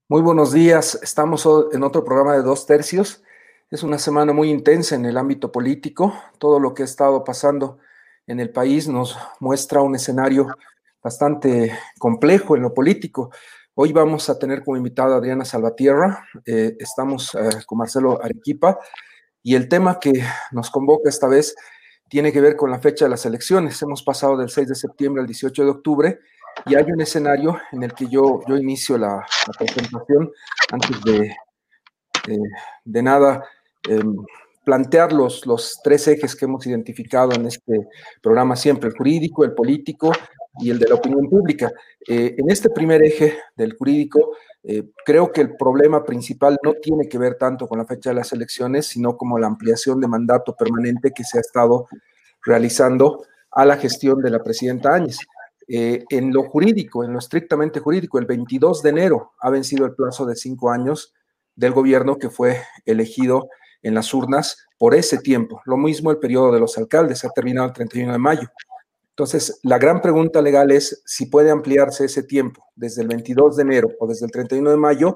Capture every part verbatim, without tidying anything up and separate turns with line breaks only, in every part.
Muy buenos días, estamos en otro programa de Dos Tercios. Es una semana muy intensa en el ámbito político. Todo lo que ha estado pasando en el país nos muestra un escenario bastante complejo en lo político. Hoy vamos a tener como invitada a Adriana Salvatierra, eh, estamos eh, con Marcelo Arequipa, y el tema que nos convoca esta vez tiene que ver con la fecha de las elecciones. Hemos pasado del seis de septiembre al dieciocho de octubre, y hay un escenario en el que yo, yo inicio la, la presentación antes de, eh, de nada eh, plantear los, los tres ejes que hemos identificado en este programa siempre, el jurídico, el político y el de la opinión pública. Eh, en este primer eje del jurídico, eh, creo que el problema principal no tiene que ver tanto con la fecha de las elecciones, sino como la ampliación de mandato permanente que se ha estado realizando a la gestión de la presidenta Áñez. Eh, en lo jurídico, en lo estrictamente jurídico, el veintidós de enero ha vencido el plazo de cinco años del gobierno que fue elegido en las urnas por ese tiempo. Lo mismo el periodo de los alcaldes, ha terminado el treinta y uno de mayo. Entonces, la gran pregunta legal es si puede ampliarse ese tiempo desde el veintidós de enero o desde el treinta y uno de mayo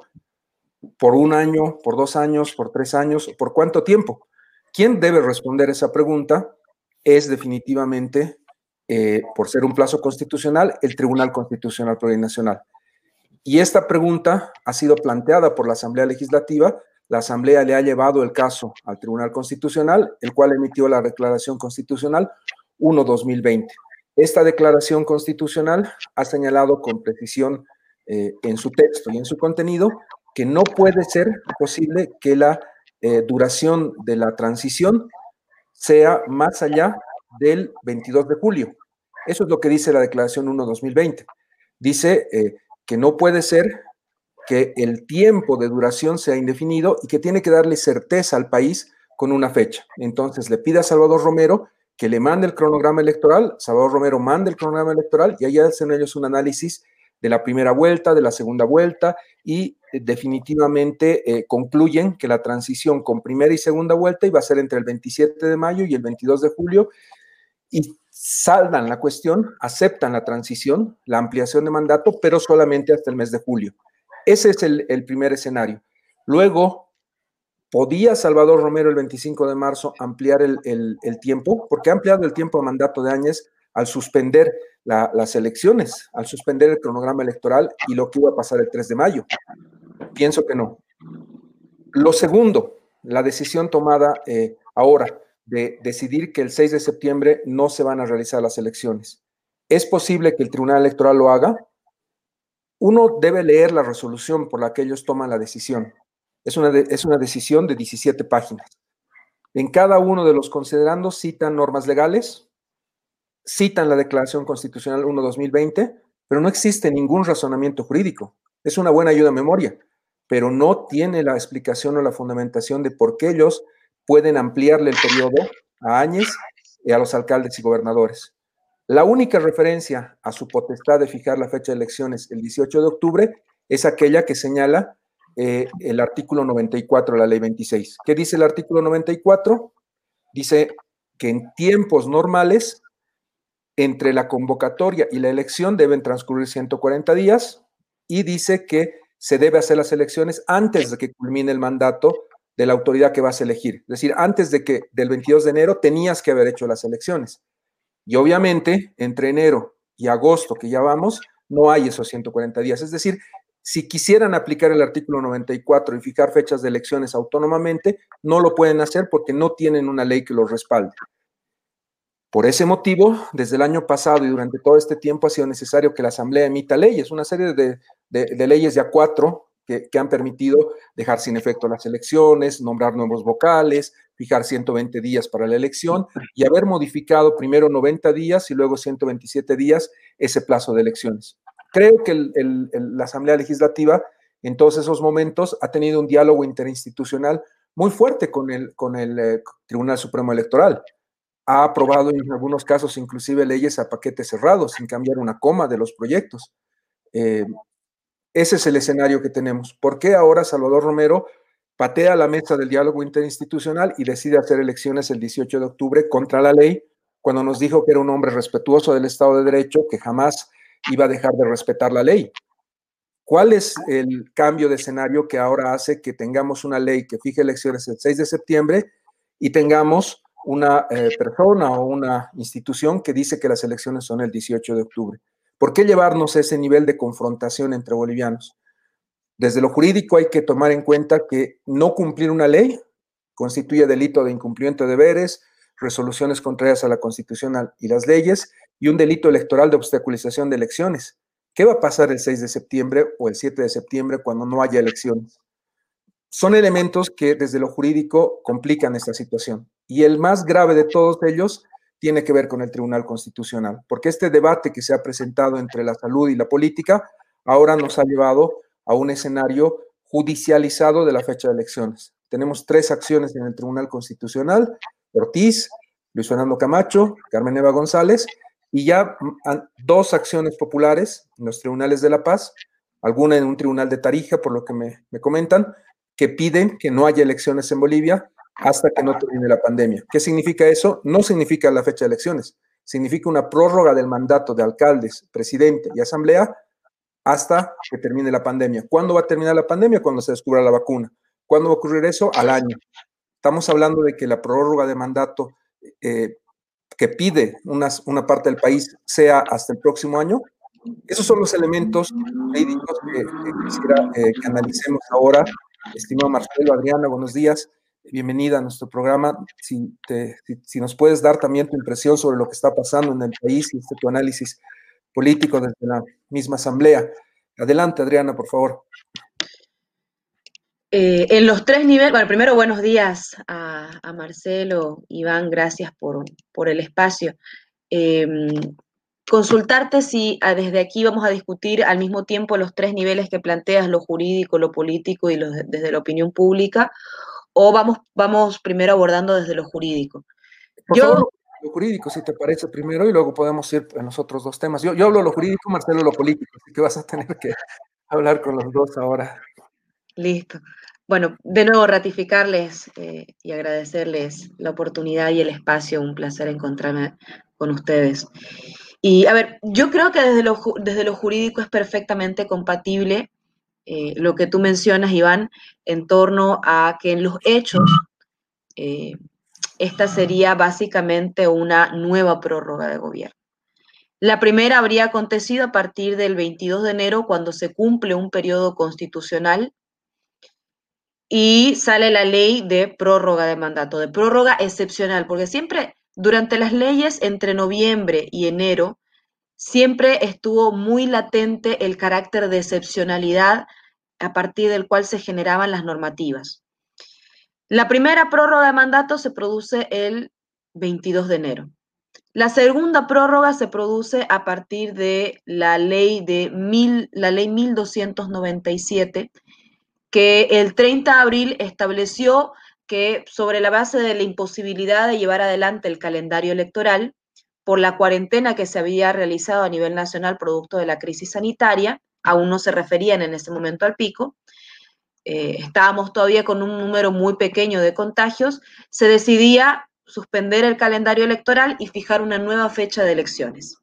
por un año, por dos años, por tres años, ¿por cuánto tiempo? ¿Quién debe responder esa pregunta? Es definitivamente, eh, por ser un plazo constitucional, el Tribunal Constitucional Plurinacional. Y esta pregunta ha sido planteada por la Asamblea Legislativa. La Asamblea le ha llevado el caso al Tribunal Constitucional, el cual emitió la Declaración Constitucional uno barra dos mil veinte. Esta declaración constitucional ha señalado con precisión eh, en su texto y en su contenido que no puede ser posible que la eh, duración de la transición sea más allá del veintidós de julio. Eso es lo que dice la Declaración uno barra dos mil veinte. Dice eh, que no puede ser que el tiempo de duración sea indefinido y que tiene que darle certeza al país con una fecha. Entonces le pide a Salvador Romero que le mande el cronograma electoral. Salvador Romero manda el cronograma electoral y ahí hacen ellos un análisis de la primera vuelta, de la segunda vuelta, y eh, definitivamente eh, concluyen que la transición con primera y segunda vuelta iba a ser entre el veintisiete de mayo y el veintidós de julio, y saldan la cuestión, aceptan la transición, la ampliación de mandato, pero solamente hasta el mes de julio. Ese es el, el primer escenario. Luego, ¿podía Salvador Romero el veinticinco de marzo ampliar el, el, el tiempo? Porque ha ampliado el tiempo de mandato de Áñez al suspender la, las elecciones, al suspender el cronograma electoral y lo que iba a pasar el tres de mayo. Pienso que no. Lo segundo, la decisión tomada eh, ahora de decidir que el seis de septiembre no se van a realizar las elecciones. ¿Es posible que el Tribunal Electoral lo haga? Uno debe leer la resolución por la que ellos toman la decisión. Es una, de, es una decisión de diecisiete páginas. En cada uno de los considerandos citan normas legales, citan la Declaración Constitucional uno barra dos mil veinte, pero no existe ningún razonamiento jurídico. Es una buena ayuda a memoria, pero no tiene la explicación o la fundamentación de por qué ellos pueden ampliarle el periodo a Áñez y a los alcaldes y gobernadores. La única referencia a su potestad de fijar la fecha de elecciones el dieciocho de octubre es aquella que señala eh, el artículo noventa y cuatro de la ley veintiséis. ¿Qué dice el artículo noventa y cuatro? Dice que en tiempos normales, entre la convocatoria y la elección deben transcurrir ciento cuarenta días, y dice que se debe hacer las elecciones antes de que culmine el mandato de la autoridad que vas a elegir. Es decir, antes de que del veintidós de enero tenías que haber hecho las elecciones. Y obviamente, entre enero y agosto, que ya vamos, no hay esos ciento cuarenta días. Es decir, si quisieran aplicar el artículo noventa y cuatro y fijar fechas de elecciones autónomamente, no lo pueden hacer porque no tienen una ley que los respalde. Por ese motivo, desde el año pasado y durante todo este tiempo ha sido necesario que la Asamblea emita leyes, una serie de, de, de leyes de a cuatro que, que han permitido dejar sin efecto las elecciones, nombrar nuevos vocales, fijar ciento veinte días para la elección y haber modificado primero noventa días y luego ciento veintisiete días ese plazo de elecciones. Creo que el, el, el, la Asamblea Legislativa en todos esos momentos ha tenido un diálogo interinstitucional muy fuerte con el, con el eh, Tribunal Supremo Electoral. Ha aprobado en algunos casos inclusive leyes a paquete cerrado, sin cambiar una coma de los proyectos. Eh, ese es el escenario que tenemos. ¿Por qué ahora Salvador Romero patea la mesa del diálogo interinstitucional y decide hacer elecciones el dieciocho de octubre contra la ley, cuando nos dijo que era un hombre respetuoso del Estado de Derecho, que jamás iba a dejar de respetar la ley? ¿Cuál es el cambio de escenario que ahora hace que tengamos una ley que fije elecciones el seis de septiembre y tengamos una eh, persona o una institución que dice que las elecciones son el dieciocho de octubre? ¿Por qué llevarnos a ese nivel de confrontación entre bolivianos? Desde lo jurídico hay que tomar en cuenta que no cumplir una ley constituye delito de incumplimiento de deberes, resoluciones contrarias a la Constitución y las leyes y un delito electoral de obstaculización de elecciones. ¿Qué va a pasar el seis de septiembre o el siete de septiembre cuando no haya elecciones? Son elementos que desde lo jurídico complican esta situación. Y el más grave de todos ellos tiene que ver con el Tribunal Constitucional, porque este debate que se ha presentado entre la salud y la política ahora nos ha llevado a un escenario judicializado de la fecha de elecciones. Tenemos tres acciones en el Tribunal Constitucional: Ortiz, Luis Fernando Camacho, Carmen Eva González, y ya dos acciones populares en los tribunales de La Paz, alguna en un tribunal de Tarija, por lo que me, me comentan, que piden que no haya elecciones en Bolivia hasta que no termine la pandemia. ¿Qué significa eso? No significa la fecha de elecciones, significa una prórroga del mandato de alcaldes, presidente y asamblea hasta que termine la pandemia. ¿Cuándo va a terminar la pandemia? Cuando se descubra la vacuna. ¿Cuándo va a ocurrir eso? Al año. Estamos hablando de que la prórroga de mandato eh, que pide una, una parte del país sea hasta el próximo año. Esos son los elementos jurídicos que, que quisiera eh, que analicemos ahora. Estimado Marcelo, Adriana, buenos días. Bienvenida a nuestro programa. Si, te, si, si nos puedes dar también tu impresión sobre lo que está pasando en el país y este tu análisis político desde la misma asamblea. Adelante, Adriana, por favor.
Eh, en los tres niveles, bueno, primero buenos días a, a Marcelo, Iván, gracias por, por el espacio. Eh, consultarte si a, desde aquí vamos a discutir al mismo tiempo los tres niveles que planteas, lo jurídico, lo político y los, desde la opinión pública, o vamos, vamos primero abordando desde lo jurídico.
Por
Yo,
favor, lo jurídico, si te parece primero, y luego podemos ir en los otros dos temas. Yo, yo hablo lo jurídico, Marcelo lo político, así que vas a tener que hablar con los dos ahora.
Listo. Bueno, de nuevo ratificarles eh, y agradecerles la oportunidad y el espacio. Un placer encontrarme con ustedes. Y a ver, yo creo que desde lo, desde lo jurídico es perfectamente compatible eh, lo que tú mencionas, Iván, en torno a que en los hechos eh, esta sería básicamente una nueva prórroga de gobierno. La primera habría acontecido a partir del veintidós de enero, cuando se cumple un periodo constitucional y sale la ley de prórroga de mandato, de prórroga excepcional, porque siempre durante las leyes entre noviembre y enero siempre estuvo muy latente el carácter de excepcionalidad a partir del cual se generaban las normativas. La primera prórroga de mandato se produce el veintidós de enero. La segunda prórroga se produce a partir de la ley de mil, la ley mil doscientos noventa y siete, que el treinta de abril estableció que sobre la base de la imposibilidad de llevar adelante el calendario electoral por la cuarentena que se había realizado a nivel nacional producto de la crisis sanitaria, aún no se referían en ese momento al pico, eh, estábamos todavía con un número muy pequeño de contagios, se decidía suspender el calendario electoral y fijar una nueva fecha de elecciones.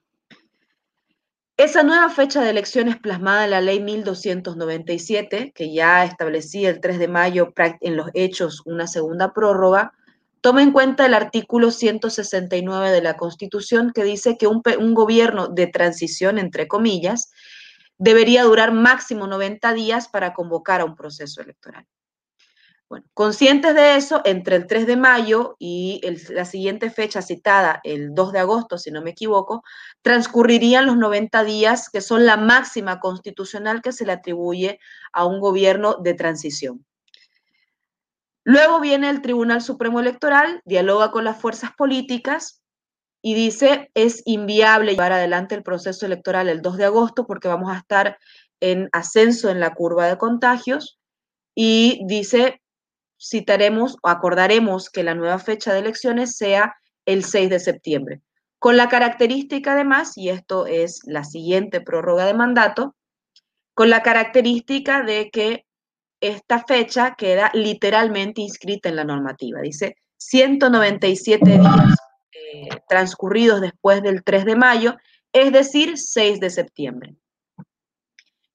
Esa nueva fecha de elecciones plasmada en la ley mil doscientos noventa y siete, que ya establecía el tres de mayo en los hechos una segunda prórroga, toma en cuenta el artículo ciento sesenta y nueve de la Constitución, que dice que un, un gobierno de transición, entre comillas, debería durar máximo noventa días para convocar a un proceso electoral. Bueno, conscientes de eso, entre el tres de mayo y el, la siguiente fecha citada, el dos de agosto, si no me equivoco, transcurrirían los noventa días, que son la máxima constitucional que se le atribuye a un gobierno de transición. Luego viene el Tribunal Supremo Electoral, dialoga con las fuerzas políticas y dice: es inviable llevar adelante el proceso electoral el dos de agosto porque vamos a estar en ascenso en la curva de contagios, y dice: citaremos o acordaremos que la nueva fecha de elecciones sea el seis de septiembre, con la característica además, y esto es la siguiente prórroga de mandato, con la característica de que esta fecha queda literalmente inscrita en la normativa. Dice ciento noventa y siete días eh, transcurridos después del tres de mayo, es decir, seis de septiembre.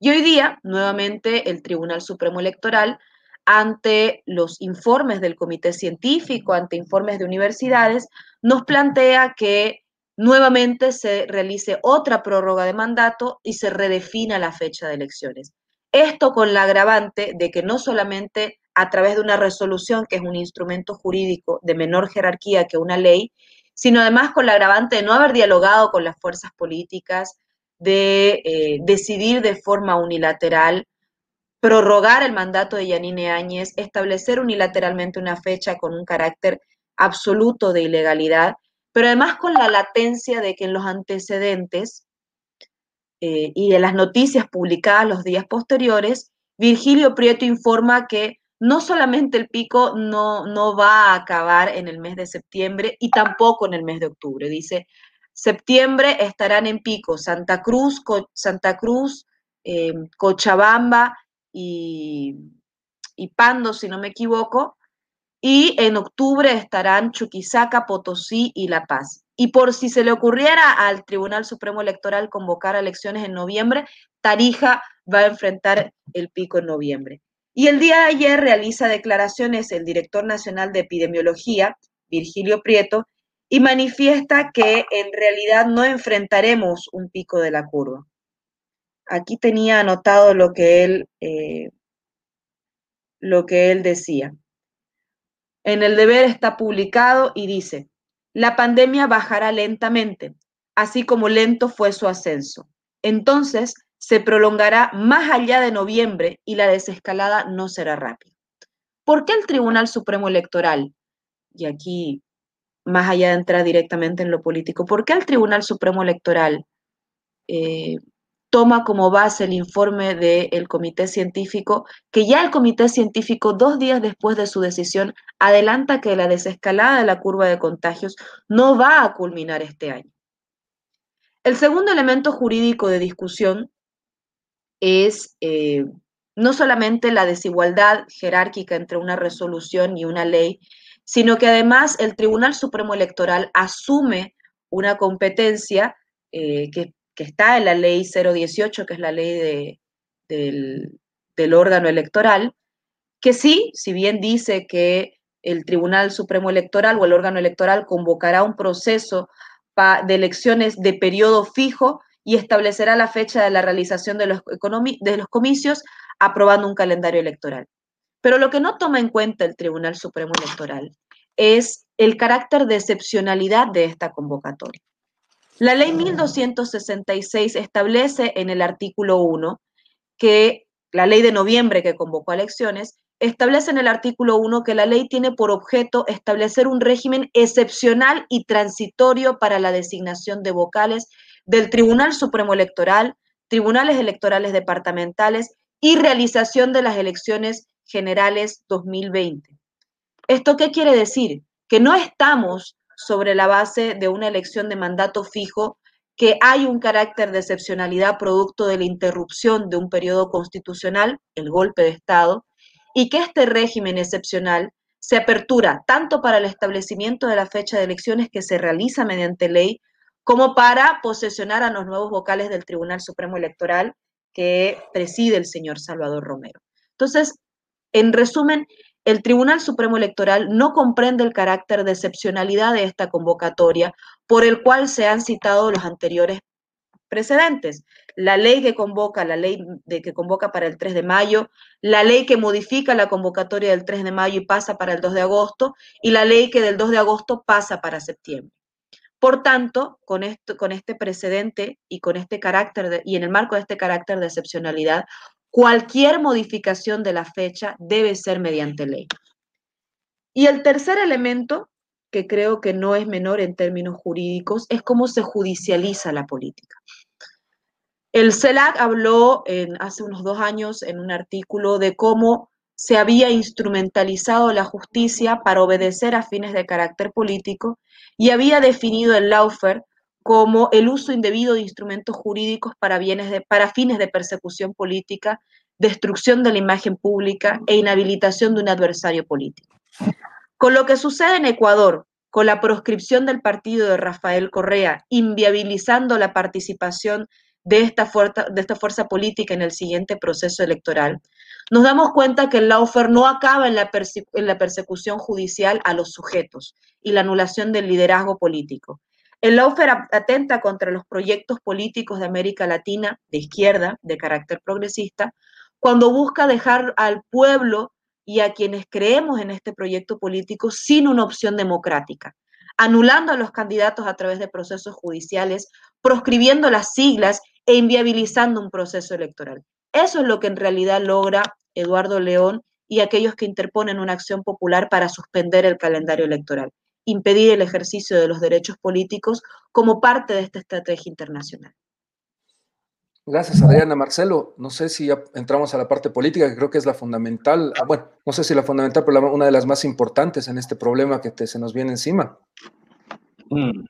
Y hoy día, nuevamente, el Tribunal Supremo Electoral, ante los informes del Comité Científico, ante informes de universidades, nos plantea que nuevamente se realice otra prórroga de mandato y se redefina la fecha de elecciones. Esto con la agravante de que no solamente a través de una resolución, que es un instrumento jurídico de menor jerarquía que una ley, sino además con la agravante de no haber dialogado con las fuerzas políticas, de eh, decidir de forma unilateral, prorrogar el mandato de Yanine Áñez, establecer unilateralmente una fecha con un carácter absoluto de ilegalidad, pero además con la latencia de que en los antecedentes eh, y en las noticias publicadas los días posteriores, Virgilio Prieto informa que no solamente el pico no, no va a acabar en el mes de septiembre y tampoco en el mes de octubre. Dice, septiembre estarán en pico Santa Cruz, Co Santa Cruz, eh, Cochabamba y, y Pando, si no me equivoco, y en octubre estarán Chuquisaca, Potosí y La Paz. Y por si se le ocurriera al Tribunal Supremo Electoral convocar elecciones en noviembre, Tarija va a enfrentar el pico en noviembre. Y el día de ayer realiza declaraciones el director nacional de epidemiología, Virgilio Prieto, y manifiesta que en realidad no enfrentaremos un pico de la curva. Aquí tenía anotado lo que él, eh, lo que él decía. En El Deber está publicado y dice, la pandemia bajará lentamente, así como lento fue su ascenso. Entonces, se prolongará más allá de noviembre y la desescalada no será rápida. ¿Por qué el Tribunal Supremo Electoral, y aquí más allá de entrar directamente en lo político, por qué el Tribunal Supremo Electoral eh, toma como base el informe del comité científico, que ya el comité científico, dos días después de su decisión, adelanta que la desescalada de la curva de contagios no va a culminar este año? El segundo elemento jurídico de discusión es eh, no solamente la desigualdad jerárquica entre una resolución y una ley, sino que además el Tribunal Supremo Electoral asume una competencia eh, que que está en la ley cero dieciocho, que es la ley de, del, del órgano electoral, que sí, si bien dice que el Tribunal Supremo Electoral o el órgano electoral convocará un proceso pa, de elecciones de periodo fijo y establecerá la fecha de la realización de los, de los comicios aprobando un calendario electoral. Pero lo que no toma en cuenta el Tribunal Supremo Electoral es el carácter de excepcionalidad de esta convocatoria. La ley mil doscientos sesenta y seis establece en el artículo uno que la ley de noviembre que convocó a elecciones establece en el artículo uno que la ley tiene por objeto establecer un régimen excepcional y transitorio para la designación de vocales del Tribunal Supremo Electoral, tribunales electorales departamentales y realización de las elecciones generales dos mil veinte. ¿Esto qué quiere decir? Que no estamos sobre la base de una elección de mandato fijo, que hay un carácter de excepcionalidad producto de la interrupción de un periodo constitucional, el golpe de Estado, y que este régimen excepcional se apertura tanto para el establecimiento de la fecha de elecciones que se realiza mediante ley, como para posesionar a los nuevos vocales del Tribunal Supremo Electoral que preside el señor Salvador Romero. Entonces, en resumen, el Tribunal Supremo Electoral no comprende el carácter de excepcionalidad de esta convocatoria por el cual se han citado los anteriores precedentes. La ley que convoca, la ley de que convoca para el tres de mayo, la ley que modifica la convocatoria del tres de mayo y pasa para el dos de agosto, y la ley que del dos de agosto pasa para septiembre. Por tanto, con, esto, con este precedente y con este carácter de, y en el marco de este carácter de excepcionalidad, cualquier modificación de la fecha debe ser mediante ley. Y el tercer elemento, que creo que no es menor en términos jurídicos, es cómo se judicializa la política. El CELAC habló en, hace unos dos años en un artículo de cómo se había instrumentalizado la justicia para obedecer a fines de carácter político y había definido el lawfare como el uso indebido de instrumentos jurídicos para, bienes de, para fines de persecución política, destrucción de la imagen pública e inhabilitación de un adversario político. Con lo que sucede en Ecuador, con la proscripción del partido de Rafael Correa, inviabilizando la participación de esta, fuerza, de esta fuerza política en el siguiente proceso electoral, nos damos cuenta que el lawfare no acaba en la, en la persecución judicial a los sujetos y la anulación del liderazgo político. El lawfare atenta contra los proyectos políticos de América Latina, de izquierda, de carácter progresista, cuando busca dejar al pueblo y a quienes creemos en este proyecto político sin una opción democrática, anulando a los candidatos a través de procesos judiciales, proscribiendo las siglas e inviabilizando un proceso electoral. Eso es lo que en realidad logra Eduardo León y aquellos que interponen una acción popular para suspender el calendario electoral, impedir el ejercicio de los derechos políticos como parte de esta estrategia internacional.
Gracias, Adriana. Marcelo, no sé si ya entramos a la parte política, que creo que es la fundamental, bueno, no sé si la fundamental, pero la, una de las más importantes en este problema que te, se nos viene encima.
Mm.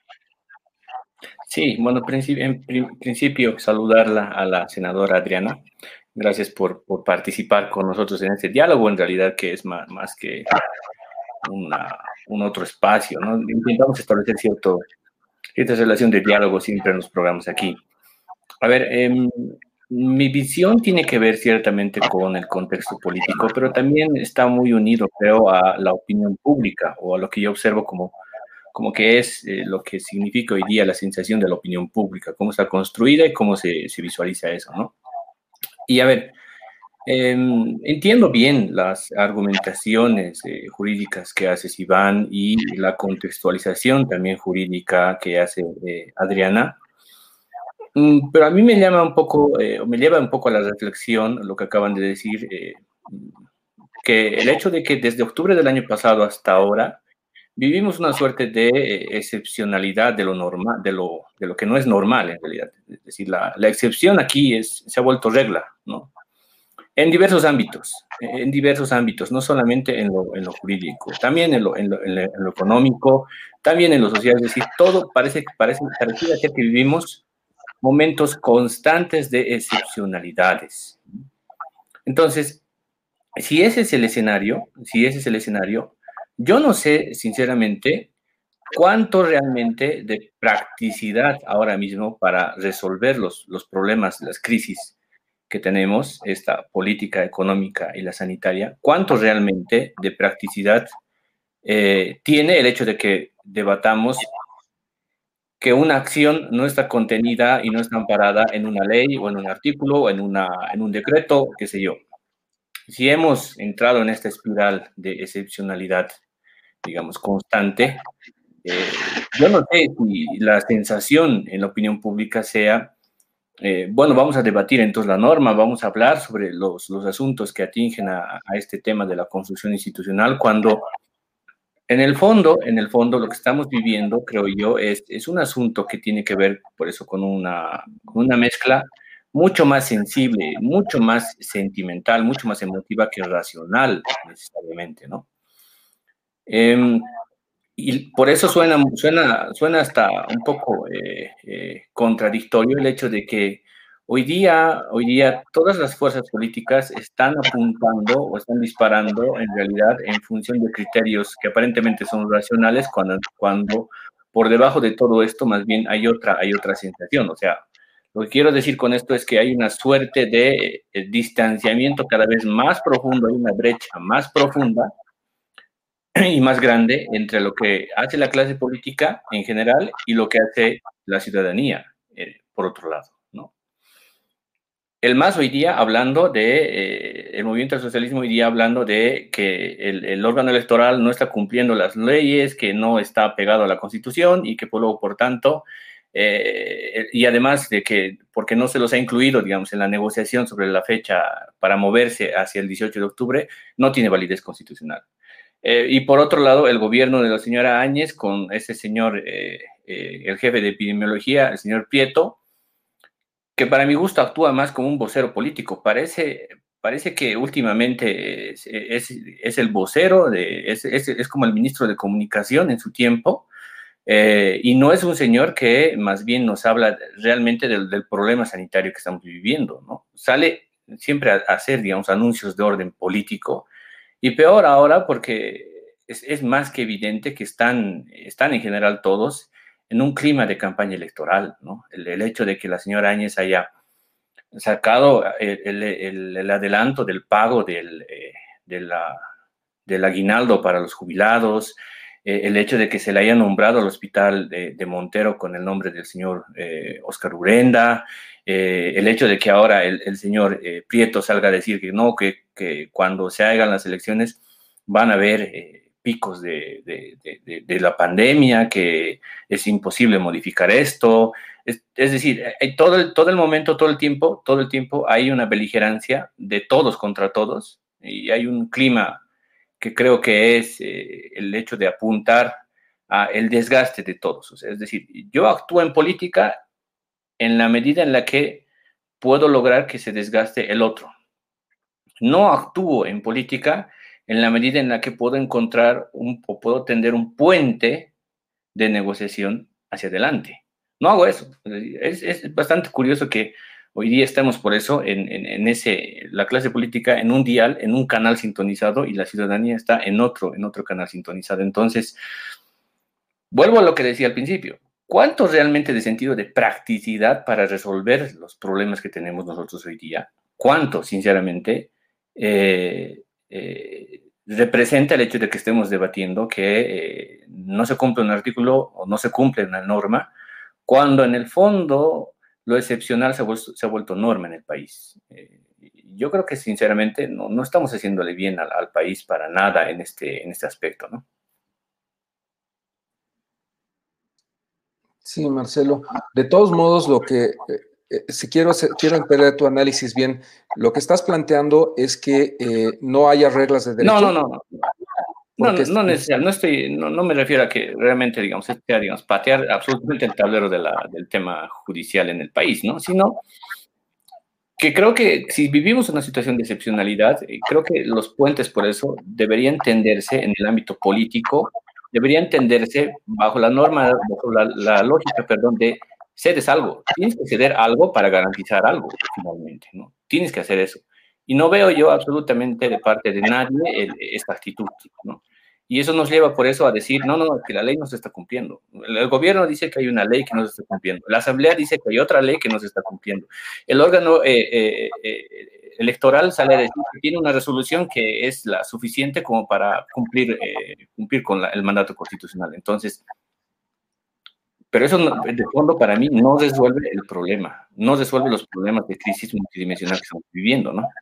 Sí, bueno, en principio saludarla a la senadora Adriana. Gracias por, por participar con nosotros en este diálogo, en realidad que es más, más que una, un otro espacio, ¿no? Intentamos establecer cierto, cierta relación de diálogo siempre en los programas aquí. A ver, eh, mi visión tiene que ver ciertamente con el contexto político, pero también está muy unido, creo, a la opinión pública o a lo que yo observo como, como que es eh, lo que significa hoy día la sensación de la opinión pública, cómo está construida y cómo se, se visualiza eso, ¿no? Y a ver, eh, entiendo bien las argumentaciones eh, jurídicas que hace Iván y la contextualización también jurídica que hace eh, Adriana. Pero a mí me llama un poco, eh, me lleva un poco a la reflexión lo que acaban de decir, eh, que el hecho de que desde octubre del año pasado hasta ahora vivimos una suerte de eh, excepcionalidad de lo normal, de lo, de lo que no es normal en realidad. Es decir, la, la excepción aquí es, se ha vuelto regla, ¿no? En diversos ámbitos, en diversos ámbitos, no solamente en lo, en lo jurídico, también en lo, en, lo, en lo económico, también en lo social, es decir, todo parece, parece, parece ser que vivimos momentos constantes de excepcionalidades. Entonces, si ese es el escenario, si ese es el escenario, yo no sé, sinceramente, cuánto realmente de practicidad ahora mismo para resolver los, los problemas, las crisis que tenemos, esta política económica y la sanitaria, cuánto realmente de practicidad eh, tiene el hecho de que debatamos que una acción no está contenida y no está amparada en una ley o en un artículo o en, una, en un decreto, qué sé yo. Si hemos entrado en esta espiral de excepcionalidad, digamos, constante, eh, yo no sé si la sensación en la opinión pública sea, eh, bueno, vamos a debatir entonces la norma, vamos a hablar sobre los, los asuntos que atingen a, a este tema de la construcción institucional, cuando en el fondo, en el fondo, lo que estamos viviendo, creo yo, es, es un asunto que tiene que ver, por eso, con una, con una mezcla mucho más sensible, mucho más sentimental, mucho más emotiva que racional, necesariamente, ¿no? Eh, y por eso suena, suena, suena hasta un poco eh, eh, contradictorio el hecho de que hoy día, hoy día todas las fuerzas políticas están apuntando o están disparando en realidad en función de criterios que aparentemente son racionales cuando, cuando por debajo de todo esto más bien hay otra, hay otra sensación. O sea, lo que quiero decir con esto es que hay una suerte de eh, distanciamiento cada vez más profundo, hay una brecha más profunda y más grande entre lo que hace la clase política en general y lo que hace la ciudadanía, eh, por otro lado, ¿no? El MAS hoy día hablando de, eh, el movimiento del socialismo hoy día hablando de que el, el órgano electoral no está cumpliendo las leyes, que no está pegado a la Constitución y que por luego, por tanto, eh, y además de que, porque no se los ha incluido, digamos, en la negociación sobre la fecha para moverse hacia el dieciocho de octubre, no tiene validez constitucional. Eh, y por otro lado, el gobierno de la señora Áñez con ese señor, eh, eh, el jefe de epidemiología, el señor Prieto, que para mi gusto actúa más como un vocero político. Parece, parece que últimamente es, es, es el vocero, de, es, es, es como el ministro de Comunicación en su tiempo, eh, y no es un señor que más bien nos habla realmente del, del problema sanitario que estamos viviendo, ¿no? Sale siempre a, a hacer, digamos, anuncios de orden político, y peor ahora porque es, es más que evidente que están, están en general todos en un clima de campaña electoral, ¿no? El, el hecho de que la señora Áñez haya sacado el, el, el, el adelanto del pago del, eh, de la, del aguinaldo para los jubilados, eh, el hecho de que se le haya nombrado al hospital de, de Montero con el nombre del señor eh, Oscar Urenda, eh, el hecho de que ahora el, el señor eh, Prieto salga a decir que no, que, que cuando se hagan las elecciones van a haber eh, picos de, de, de, de la pandemia, que es imposible modificar esto. Es, es decir, todo el, todo el momento, todo el tiempo, todo el tiempo hay una beligerancia de todos contra todos y hay un clima que creo que es eh, el hecho de apuntar a el desgaste de todos. O sea, es decir, yo actúo en política en la medida en la que puedo lograr que se desgaste el otro. No actúo en política en la medida en la que puedo encontrar un, o puedo tender un puente de negociación hacia adelante. No hago eso. Es, es bastante curioso que hoy día estamos por eso en, en, en ese, la clase política en un dial, en un canal sintonizado y la ciudadanía está en otro, en otro canal sintonizado. Entonces, vuelvo a lo que decía al principio. ¿Cuánto realmente de sentido de practicidad para resolver los problemas que tenemos nosotros hoy día? ¿Cuánto, sinceramente, eh, eh, representa el hecho de que estemos debatiendo que eh, no se cumple un artículo o no se cumple una norma, cuando en el fondo lo excepcional se ha vuelto, se ha vuelto norma en el país? Eh, yo creo que, sinceramente, no, no estamos haciéndole bien al, al país para nada en este, en este aspecto, ¿no?
Sí, Marcelo. De todos modos, lo que, eh, eh, si quiero, quiero entender tu análisis bien, lo que estás planteando es que eh, no haya reglas de derecho.
No, no, no, no. No, no, no necesariamente, no estoy, no, no me refiero a que realmente, digamos, sea, digamos, patear absolutamente el tablero de la, del tema judicial en el país, ¿no? Sino que creo que si vivimos una situación de excepcionalidad, creo que los puentes por eso deberían tenderse en el ámbito político, deberían tenderse bajo la norma, bajo la, la lógica, perdón, de cedes algo, tienes que ceder algo para garantizar algo, finalmente, ¿no? Tienes que hacer eso. Y no veo yo absolutamente de parte de nadie el, esta actitud, ¿no? Y eso nos lleva por eso a decir, no, no, que la ley no se está cumpliendo. El, el gobierno dice que hay una ley que no se está cumpliendo. La asamblea dice que hay otra ley que no se está cumpliendo. El órgano eh, eh, eh, electoral sale a decir que tiene una resolución que es la suficiente como para cumplir, eh, cumplir con la, el mandato constitucional. Entonces, pero eso no, de fondo para mí no resuelve el problema, no resuelve los problemas de crisis multidimensional que estamos viviendo, ¿no?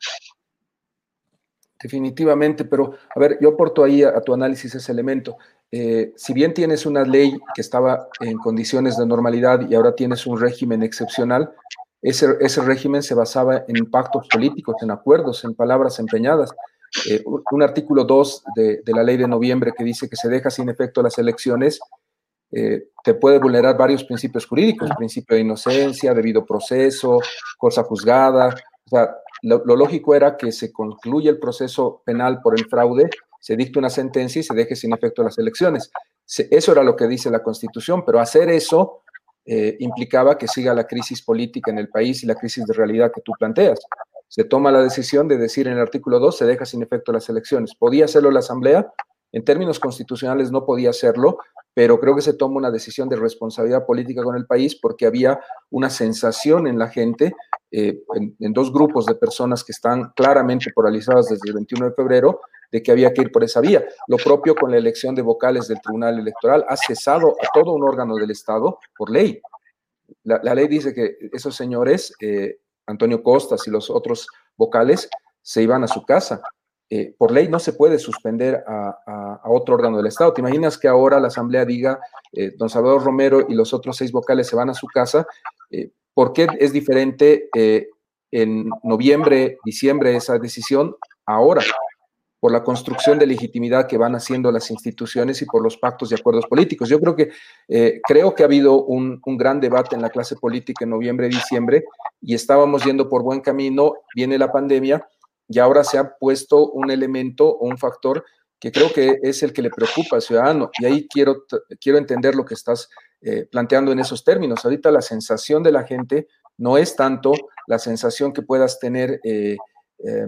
Definitivamente, pero a ver, yo aporto ahí a, a tu análisis ese elemento. Eh, si bien tienes una ley que estaba en condiciones de normalidad y ahora tienes un régimen excepcional, ese, ese régimen se basaba en pactos políticos, en acuerdos, en palabras empeñadas. Eh, un, un artículo dos de, de la ley de noviembre que dice que se deja sin efecto las elecciones, eh, te puede vulnerar varios principios jurídicos, principio de inocencia, debido proceso, cosa juzgada. O sea, lo, lo lógico era que se concluya el proceso penal por el fraude, se dicte una sentencia y se deje sin efecto las elecciones. Se, eso era lo que dice la Constitución, pero hacer eso eh, implicaba que siga la crisis política en el país y la crisis de realidad que tú planteas. Se toma la decisión de decir en el artículo dos, se deja sin efecto las elecciones. ¿Podía hacerlo la Asamblea? En términos constitucionales no podía hacerlo, pero creo que se toma una decisión de responsabilidad política con el país porque había una sensación en la gente, eh, en, en dos grupos de personas que están claramente polarizadas desde el veintiuno de febrero, de que había que ir por esa vía. Lo propio con la elección de vocales del Tribunal Electoral, ha cesado a todo un órgano del Estado por ley. La, la ley dice que esos señores, eh, Antonio Costas y los otros vocales, se iban a su casa. Eh, por ley no se puede suspender a, a, a otro órgano del Estado. ¿Te imaginas que ahora la Asamblea diga, eh, don Salvador Romero y los otros seis vocales se van a su casa? Eh, ¿Por qué es diferente eh, en noviembre, diciembre esa decisión ahora? Por la construcción de legitimidad que van haciendo las instituciones y por los pactos y acuerdos políticos. Yo creo que, eh, creo que ha habido un, un gran debate en la clase política en noviembre, diciembre, y estábamos yendo por buen camino, viene la pandemia, y ahora se ha puesto un elemento o un factor que creo que es el que le preocupa al ciudadano, y ahí quiero, quiero entender lo que estás eh, planteando en esos términos. Ahorita la sensación de la gente no es tanto la sensación que puedas tener eh, eh,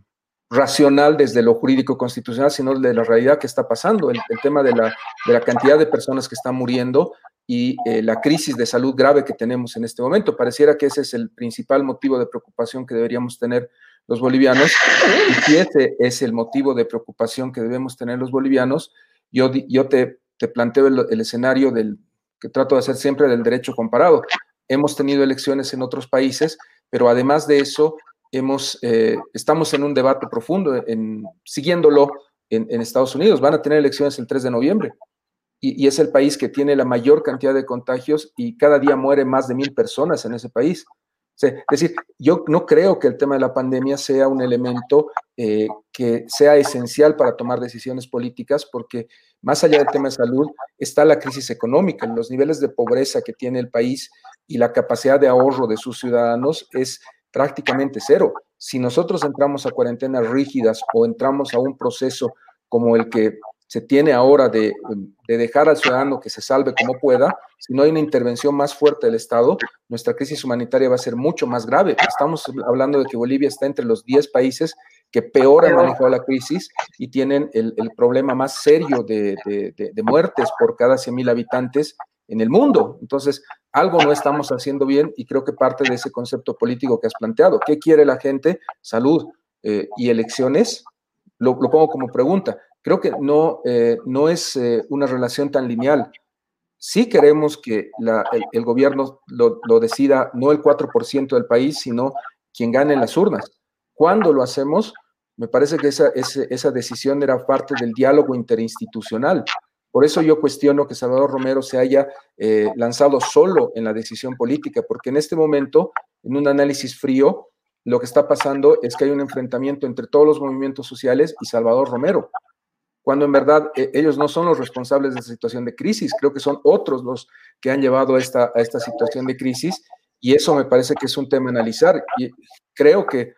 racional desde lo jurídico constitucional, sino de la realidad que está pasando, el, el tema de la, de la cantidad de personas que están muriendo, y eh, la crisis de salud grave que tenemos en este momento. Pareciera que ese es el principal motivo de preocupación que deberíamos tener los bolivianos, y si ese es el motivo de preocupación que debemos tener los bolivianos, yo, yo te, te planteo el, el escenario del, que trato de hacer siempre, del derecho comparado. Hemos tenido elecciones en otros países, pero además de eso, hemos, eh, estamos en un debate profundo, en, siguiéndolo en, en Estados Unidos. Van a tener elecciones el tres de noviembre. Y, y es el país que tiene la mayor cantidad de contagios y cada día muere más de mil personas en ese país. O sea, es decir, yo no creo que el tema de la pandemia sea un elemento eh, que sea esencial para tomar decisiones políticas, porque más allá del tema de salud está la crisis económica. Los niveles de pobreza que tiene el país y la capacidad de ahorro de sus ciudadanos es prácticamente cero. Si nosotros entramos a cuarentenas rígidas o entramos a un proceso como el que se tiene ahora de, de dejar al ciudadano que se salve como pueda, si no hay una intervención más fuerte del Estado, nuestra crisis humanitaria va a ser mucho más grave. Estamos hablando de que Bolivia está entre los diez países que peor han manejado la crisis y tienen el, el problema más serio de, de, de, de muertes por cada cien mil habitantes en el mundo. Entonces, algo no estamos haciendo bien y creo que parte de ese concepto político que has planteado. ¿Qué quiere la gente? Salud eh, y elecciones. Lo, lo pongo como pregunta. Creo que no, eh, no es eh, una relación tan lineal. Sí queremos que la, el, el gobierno lo, lo decida no el cuatro por ciento del país, sino quien gane en las urnas. ¿Cuándo lo hacemos? Me parece que esa, esa, esa decisión era parte del diálogo interinstitucional. Por eso yo cuestiono que Salvador Romero se haya eh, lanzado solo en la decisión política, porque en este momento, en un análisis frío, lo que está pasando es que hay un enfrentamiento entre todos los movimientos sociales y Salvador Romero, cuando en verdad eh, ellos no son los responsables de esta situación de crisis. Creo que son otros los que han llevado a esta, a esta situación de crisis, y eso me parece que es un tema a analizar. Y creo que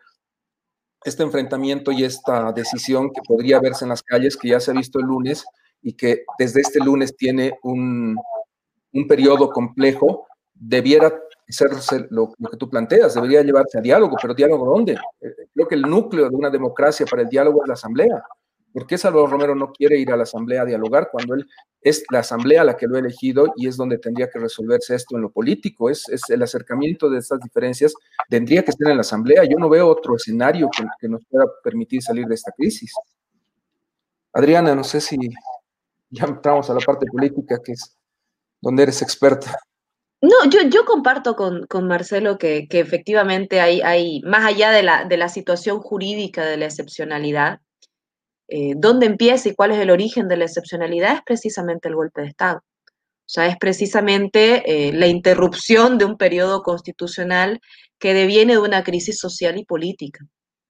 este enfrentamiento y esta decisión que podría verse en las calles, que ya se ha visto el lunes y que desde este lunes tiene un, un periodo complejo, debiera ser lo, lo que tú planteas, debería llevarse a diálogo, pero ¿diálogo dónde? Eh, creo que el núcleo de una democracia para el diálogo es la asamblea. ¿Por qué Salvador Romero no quiere ir a la asamblea a dialogar cuando él es la asamblea la que lo ha elegido y es donde tendría que resolverse esto en lo político? Es, es el acercamiento de estas diferencias tendría que ser en la asamblea. Yo no veo otro escenario que, que nos pueda permitir salir de esta crisis. Adriana, no sé si ya entramos a la parte política, que es donde eres experta.
No, yo, yo comparto con, con Marcelo que, que efectivamente hay, hay, más allá de la, de la situación jurídica de la excepcionalidad, eh, dónde empieza y cuál es el origen de la excepcionalidad es precisamente el golpe de Estado. O sea, es precisamente eh, la interrupción de un periodo constitucional que deviene de una crisis social y política.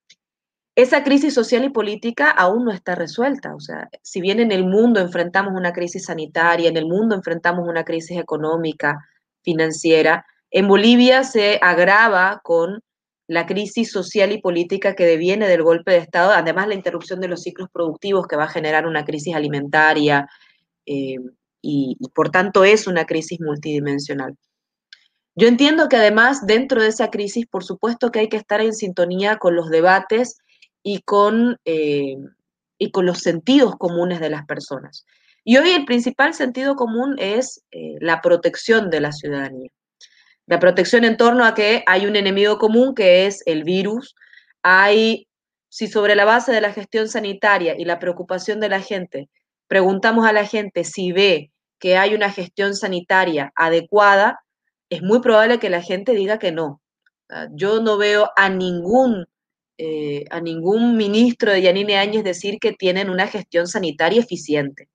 Esa crisis social y política aún no está resuelta. O sea, si bien en el mundo enfrentamos una crisis sanitaria, en el mundo enfrentamos una crisis económica, financiera, en Bolivia se agrava con la crisis social y política que deviene del golpe de Estado, además la interrupción de los ciclos productivos que va a generar una crisis alimentaria, eh, y, y por tanto es una crisis multidimensional. Yo entiendo que además dentro de esa crisis, por supuesto que hay que estar en sintonía con los debates y con, eh, y con los sentidos comunes de las personas. Y hoy el principal sentido común es eh, la protección de la ciudadanía. La protección en torno a que hay un enemigo común que es el virus. Hay, si sobre la base de la gestión sanitaria y la preocupación de la gente, preguntamos a la gente si ve que hay una gestión sanitaria adecuada, es muy probable que la gente diga que no. Yo no veo a ningún, eh, a ningún ministro de Yanine Áñez decir que tienen una gestión sanitaria eficiente.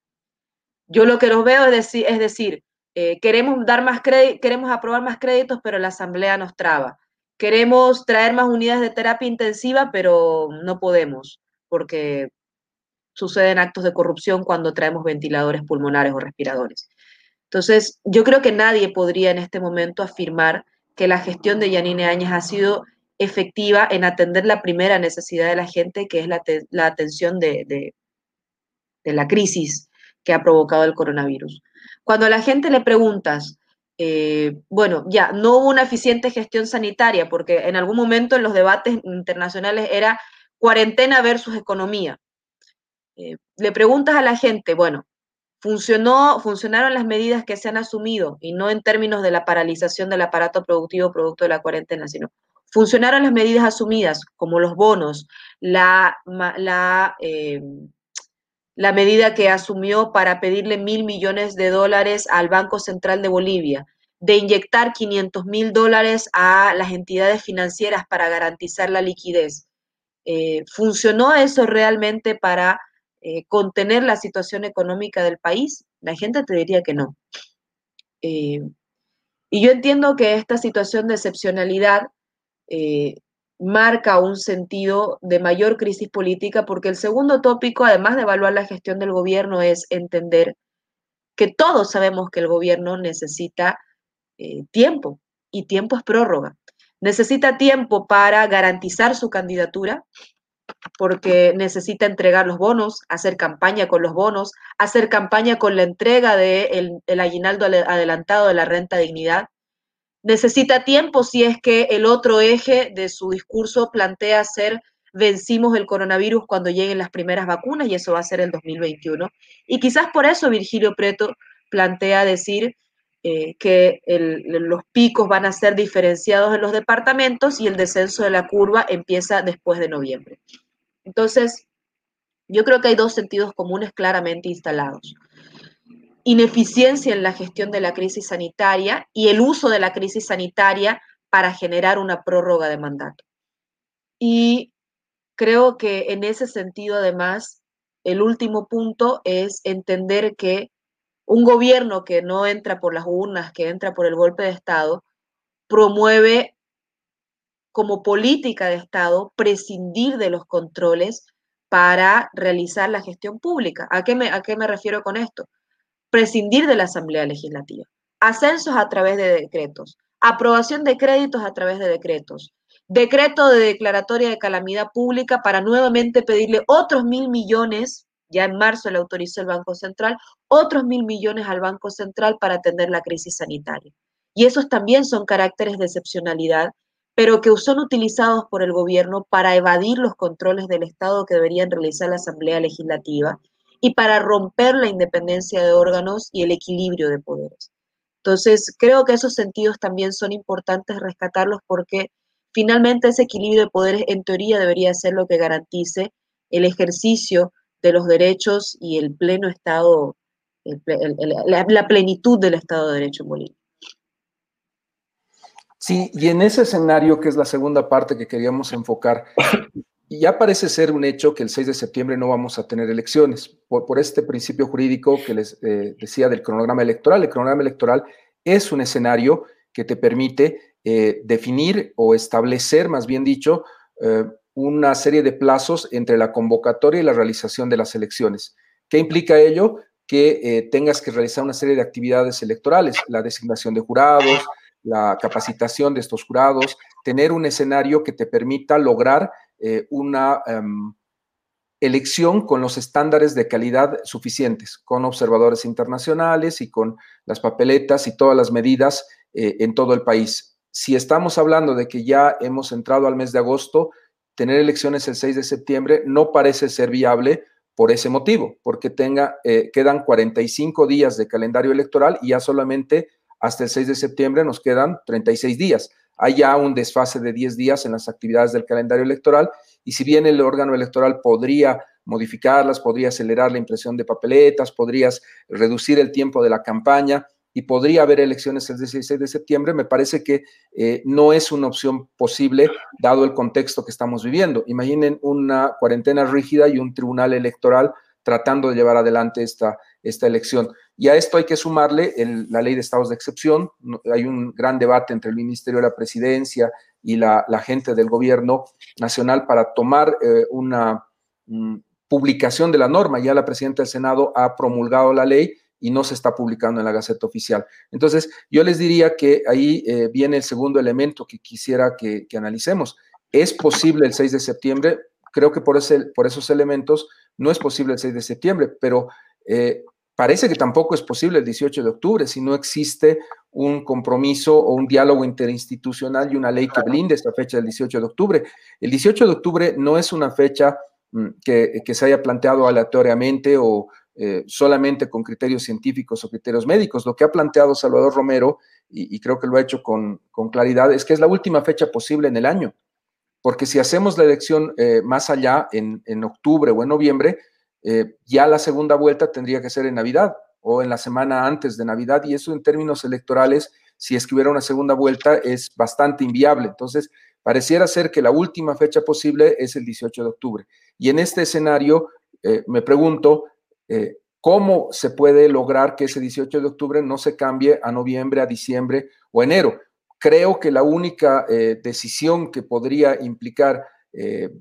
Yo lo que los veo es decir, es decir eh, queremos, dar más crédito, queremos aprobar más créditos, pero la asamblea nos traba. Queremos traer más unidades de terapia intensiva, pero no podemos, porque suceden actos de corrupción cuando traemos ventiladores pulmonares o respiradores. Entonces, yo creo que nadie podría en este momento afirmar que la gestión de Yanine Áñez ha sido efectiva en atender la primera necesidad de la gente, que es la, te, la atención de, de, de la crisis que ha provocado el coronavirus. Cuando a la gente le preguntas, eh, bueno, ya, no hubo una eficiente gestión sanitaria, porque en algún momento en los debates internacionales era cuarentena versus economía. Eh, le preguntas a la gente, bueno, Funcionó, funcionaron las medidas que se han asumido, y no en términos de la paralización del aparato productivo producto de la cuarentena, sino funcionaron las medidas asumidas, como los bonos, la, la, eh, la medida que asumió para pedirle mil millones de dólares al Banco Central de Bolivia, de inyectar quinientos mil dólares a las entidades financieras para garantizar la liquidez. Eh, ¿Funcionó eso realmente para eh, contener la situación económica del país? La gente te diría que no. Eh, y yo entiendo que esta situación de excepcionalidad eh, marca un sentido de mayor crisis política, porque el segundo tópico, además de evaluar la gestión del gobierno, es entender que todos sabemos que el gobierno necesita eh, tiempo, y tiempo es prórroga. Necesita tiempo para garantizar su candidatura, porque necesita entregar los bonos, hacer campaña con los bonos, hacer campaña con la entrega del de el aguinaldo adelantado de la renta dignidad. Necesita tiempo si es que el otro eje de su discurso plantea ser vencimos el coronavirus cuando lleguen las primeras vacunas, y eso va a ser el dos mil veintiuno. Y quizás por eso Virgilio Prieto plantea decir eh, que el, los picos van a ser diferenciados en los departamentos y el descenso de la curva empieza después de noviembre. Entonces, yo creo que hay dos sentidos comunes claramente instalados: ineficiencia en la gestión de la crisis sanitaria y el uso de la crisis sanitaria para generar una prórroga de mandato. Y creo que en ese sentido, además, el último punto es entender que un gobierno que no entra por las urnas, que entra por el golpe de Estado, promueve como política de Estado prescindir de los controles para realizar la gestión pública. ¿A qué me, a qué me refiero con esto? Prescindir de la Asamblea Legislativa, ascensos a través de decretos, aprobación de créditos a través de decretos, decreto de declaratoria de calamidad pública para nuevamente pedirle otros mil millones, ya en marzo le autorizó el Banco Central, otros mil millones al Banco Central para atender la crisis sanitaria. Y esos también son caracteres de excepcionalidad, pero que son utilizados por el gobierno para evadir los controles del Estado que deberían realizar la Asamblea Legislativa y para romper la independencia de órganos y el equilibrio de poderes. Entonces, creo que esos sentidos también son importantes rescatarlos, porque finalmente ese equilibrio de poderes en teoría debería ser lo que garantice el ejercicio de los derechos y el pleno Estado, el, el, el, la, la plenitud del Estado de Derecho en Bolivia.
Sí, y en ese escenario, que es la segunda parte que queríamos enfocar, ya parece ser un hecho que el seis de septiembre no vamos a tener elecciones, por, por este principio jurídico que les eh, decía del cronograma electoral. El cronograma electoral es un escenario que te permite eh, definir o establecer, más bien dicho, eh, una serie de plazos entre la convocatoria y la realización de las elecciones. ¿Qué implica ello? Que eh, tengas que realizar una serie de actividades electorales, la designación de jurados, la capacitación de estos jurados, tener un escenario que te permita lograr eh, una um, elección con los estándares de calidad suficientes, con observadores internacionales y con las papeletas y todas las medidas eh, en todo el país. Si estamos hablando de que ya hemos entrado al mes de agosto, tener elecciones el seis de septiembre no parece ser viable por ese motivo, porque tenga, eh, quedan cuarenta y cinco días de calendario electoral y ya solamente hasta el seis de septiembre nos quedan treinta y seis días. Hay ya un desfase de diez días en las actividades del calendario electoral, y si bien el órgano electoral podría modificarlas, podría acelerar la impresión de papeletas, podrías reducir el tiempo de la campaña y podría haber elecciones el dieciséis de septiembre, me parece que eh, no es una opción posible dado el contexto que estamos viviendo. Imaginen una cuarentena rígida y un tribunal electoral tratando de llevar adelante esta, esta elección. Y a esto hay que sumarle el, la ley de estados de excepción. Hay un gran debate entre el Ministerio de la Presidencia y la, la gente del gobierno nacional para tomar eh, una mm, publicación de la norma. Ya la presidenta del Senado ha promulgado la ley y no se está publicando en la Gaceta Oficial. Entonces, yo les diría que ahí eh, viene el segundo elemento que quisiera que, que analicemos. ¿Es posible el seis de septiembre? Creo que por, ese, por esos elementos no es posible el seis de septiembre, pero eh, parece que tampoco es posible el dieciocho de octubre si no existe un compromiso o un diálogo interinstitucional y una ley que blinde esta fecha del dieciocho de octubre. El dieciocho de octubre no es una fecha mm, que, que se haya planteado aleatoriamente o eh, solamente con criterios científicos o criterios médicos. Lo que ha planteado Salvador Romero, y, y creo que lo ha hecho con, con claridad, es que es la última fecha posible en el año, porque si hacemos la elección eh, más allá, en, en octubre o en noviembre, eh, ya la segunda vuelta tendría que ser en Navidad o en la semana antes de Navidad, y eso en términos electorales, si es que hubiera una segunda vuelta, es bastante inviable. Entonces, pareciera ser que la última fecha posible es el dieciocho de octubre. Y en este escenario, eh, me pregunto, eh, ¿cómo se puede lograr que ese dieciocho de octubre no se cambie a noviembre, a diciembre o enero? Creo que la única eh, decisión que podría implicar eh,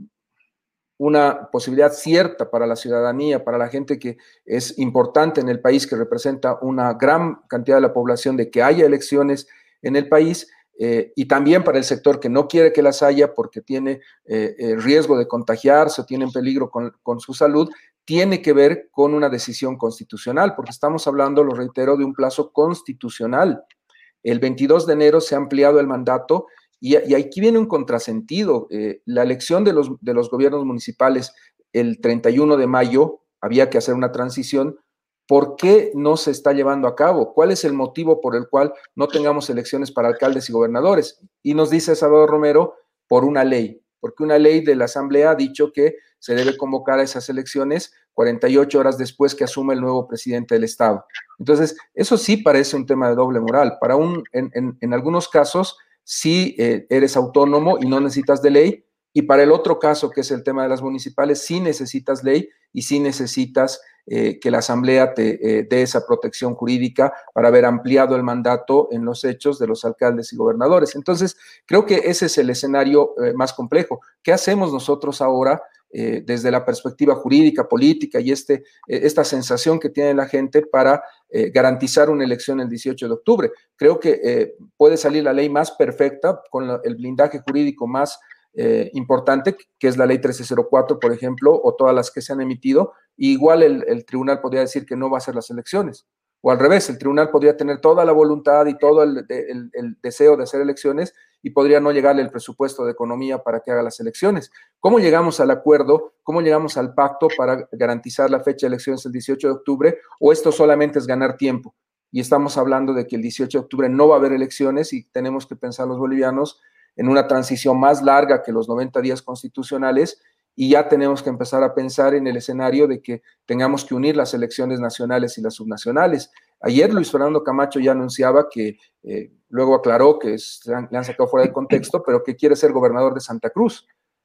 una posibilidad cierta para la ciudadanía, para la gente que es importante en el país, que representa una gran cantidad de la población, de que haya elecciones en el país, eh, y también para el sector que no quiere que las haya porque tiene eh, eh, riesgo de contagiarse o tiene en peligro con, con su salud, tiene que ver con una decisión constitucional, porque estamos hablando, lo reitero, de un plazo constitucional. El veintidós de enero se ha ampliado el mandato y, y aquí viene un contrasentido. Eh, la elección de los, de los gobiernos municipales el treinta y uno de mayo, había que hacer una transición. ¿Por qué no se está llevando a cabo? ¿Cuál es el motivo por el cual no tengamos elecciones para alcaldes y gobernadores? Y nos dice Salvador Romero, por una ley, porque una ley de la Asamblea ha dicho que se debe convocar a esas elecciones cuarenta y ocho horas después que asume el nuevo presidente del Estado. Entonces, eso sí parece un tema de doble moral. Para un, en, en, en algunos casos, sí eh, eres autónomo y no necesitas de ley, y para el otro caso, que es el tema de las municipales, sí necesitas ley y sí necesitas eh, que la Asamblea te eh, dé esa protección jurídica para haber ampliado el mandato en los hechos de los alcaldes y gobernadores. Entonces, creo que ese es el escenario eh, más complejo. ¿Qué hacemos nosotros ahora eh, desde la perspectiva jurídica, política y este, eh, esta sensación que tiene la gente para eh, garantizar una elección el dieciocho de octubre? Creo que eh, puede salir la ley más perfecta, con la, el blindaje jurídico más Eh, importante, que es la ley trece cero cuatro, por ejemplo, o todas las que se han emitido, y igual el, el tribunal podría decir que no va a hacer las elecciones, o al revés, el tribunal podría tener toda la voluntad y todo el, el, el deseo de hacer elecciones y podría no llegarle el presupuesto de economía para que haga las elecciones. ¿Cómo llegamos al acuerdo? ¿Cómo llegamos al pacto para garantizar la fecha de elecciones el dieciocho de octubre? ¿O esto solamente es ganar tiempo? Y estamos hablando de que el dieciocho de octubre no va a haber elecciones y tenemos que pensar los bolivianos en una transición más larga que los noventa días constitucionales, y ya tenemos que empezar a pensar en el escenario de que tengamos que unir las elecciones nacionales y las subnacionales. Ayer Luis Fernando Camacho ya anunciaba que, eh, luego aclaró que es, le han sacado fuera de contexto, pero que quiere ser gobernador de Santa Cruz.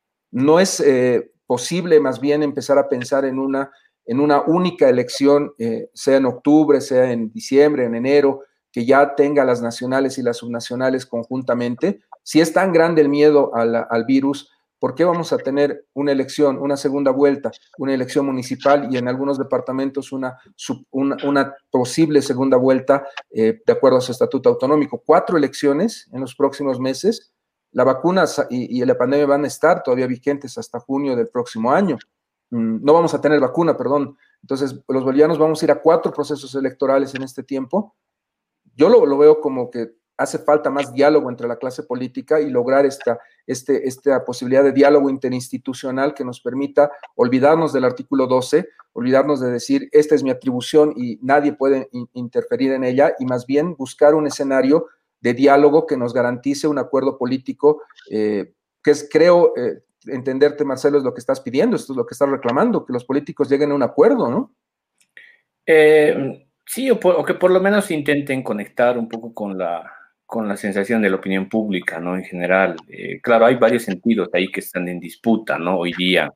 No es eh, posible más bien empezar a pensar en una, en una única elección, eh, sea en octubre, sea en diciembre, en enero, que ya tenga las nacionales y las subnacionales conjuntamente. Si es tan grande el miedo a la, al virus, ¿por qué vamos a tener una elección, una segunda vuelta, una elección municipal y en algunos departamentos una, una, una posible segunda vuelta eh, de acuerdo a su estatuto autonómico? Cuatro elecciones en los próximos meses. La vacuna y, y la pandemia van a estar todavía vigentes hasta junio del próximo año. No vamos a tener vacuna, perdón. Entonces, los bolivianos vamos a ir a cuatro procesos electorales en este tiempo. Yo lo, lo veo como que hace falta más diálogo entre la clase política y lograr esta, este, esta posibilidad de diálogo interinstitucional que nos permita olvidarnos del artículo doce, olvidarnos de decir, esta es mi atribución y nadie puede in- interferir en ella, y más bien buscar un escenario de diálogo que nos garantice un acuerdo político, eh, que es, creo, eh, entenderte, Marcelo, es lo que estás pidiendo, esto es lo que estás reclamando, que los políticos lleguen a un acuerdo, ¿no?
Eh, sí, o, por, o que por lo menos intenten conectar un poco con la, con la sensación de la opinión pública, ¿no? En general. Eh, claro, hay varios sentidos ahí que están en disputa, ¿no? Hoy día.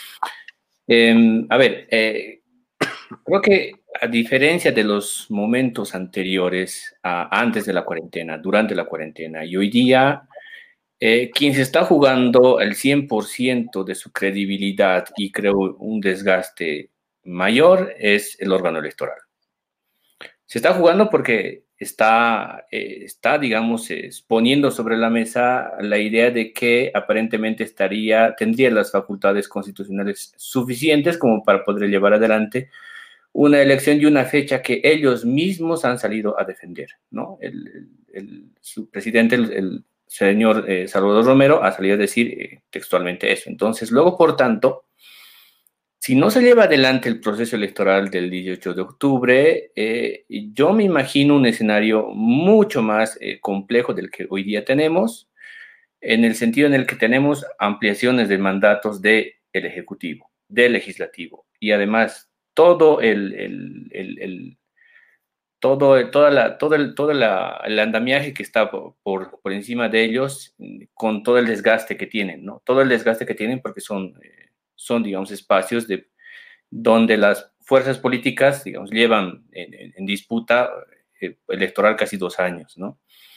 Eh, a ver, eh, creo que a diferencia de los momentos anteriores, a, antes de la cuarentena, durante la cuarentena y hoy día, eh, quien se está jugando el cien por ciento de su credibilidad y creo un desgaste mayor es el órgano electoral. Se está jugando porque está, eh, está digamos, eh, poniendo sobre la mesa la idea de que aparentemente estaría, tendría las facultades constitucionales suficientes como para poder llevar adelante una elección y una fecha que ellos mismos han salido a defender, ¿no? El, el, el su presidente, el, el señor eh, Salvador Romero, ha salido a decir eh, textualmente eso. Entonces, luego, por tanto, Si no se lleva adelante el proceso electoral del dieciocho de octubre, eh, yo me imagino un escenario mucho más eh, complejo del que hoy día tenemos, en el sentido en el que tenemos ampliaciones de mandatos del Ejecutivo, del Legislativo, y además todo el, el, el, el todo, toda la, todo, el, todo la, el andamiaje que está por, por, por encima de ellos, con todo el desgaste que tienen, ¿no? Todo el desgaste que tienen porque son, eh, son digamos, espacios de, donde las fuerzas políticas, digamos, llevan en, en, en disputa eh, electoral casi dos años, ¿no?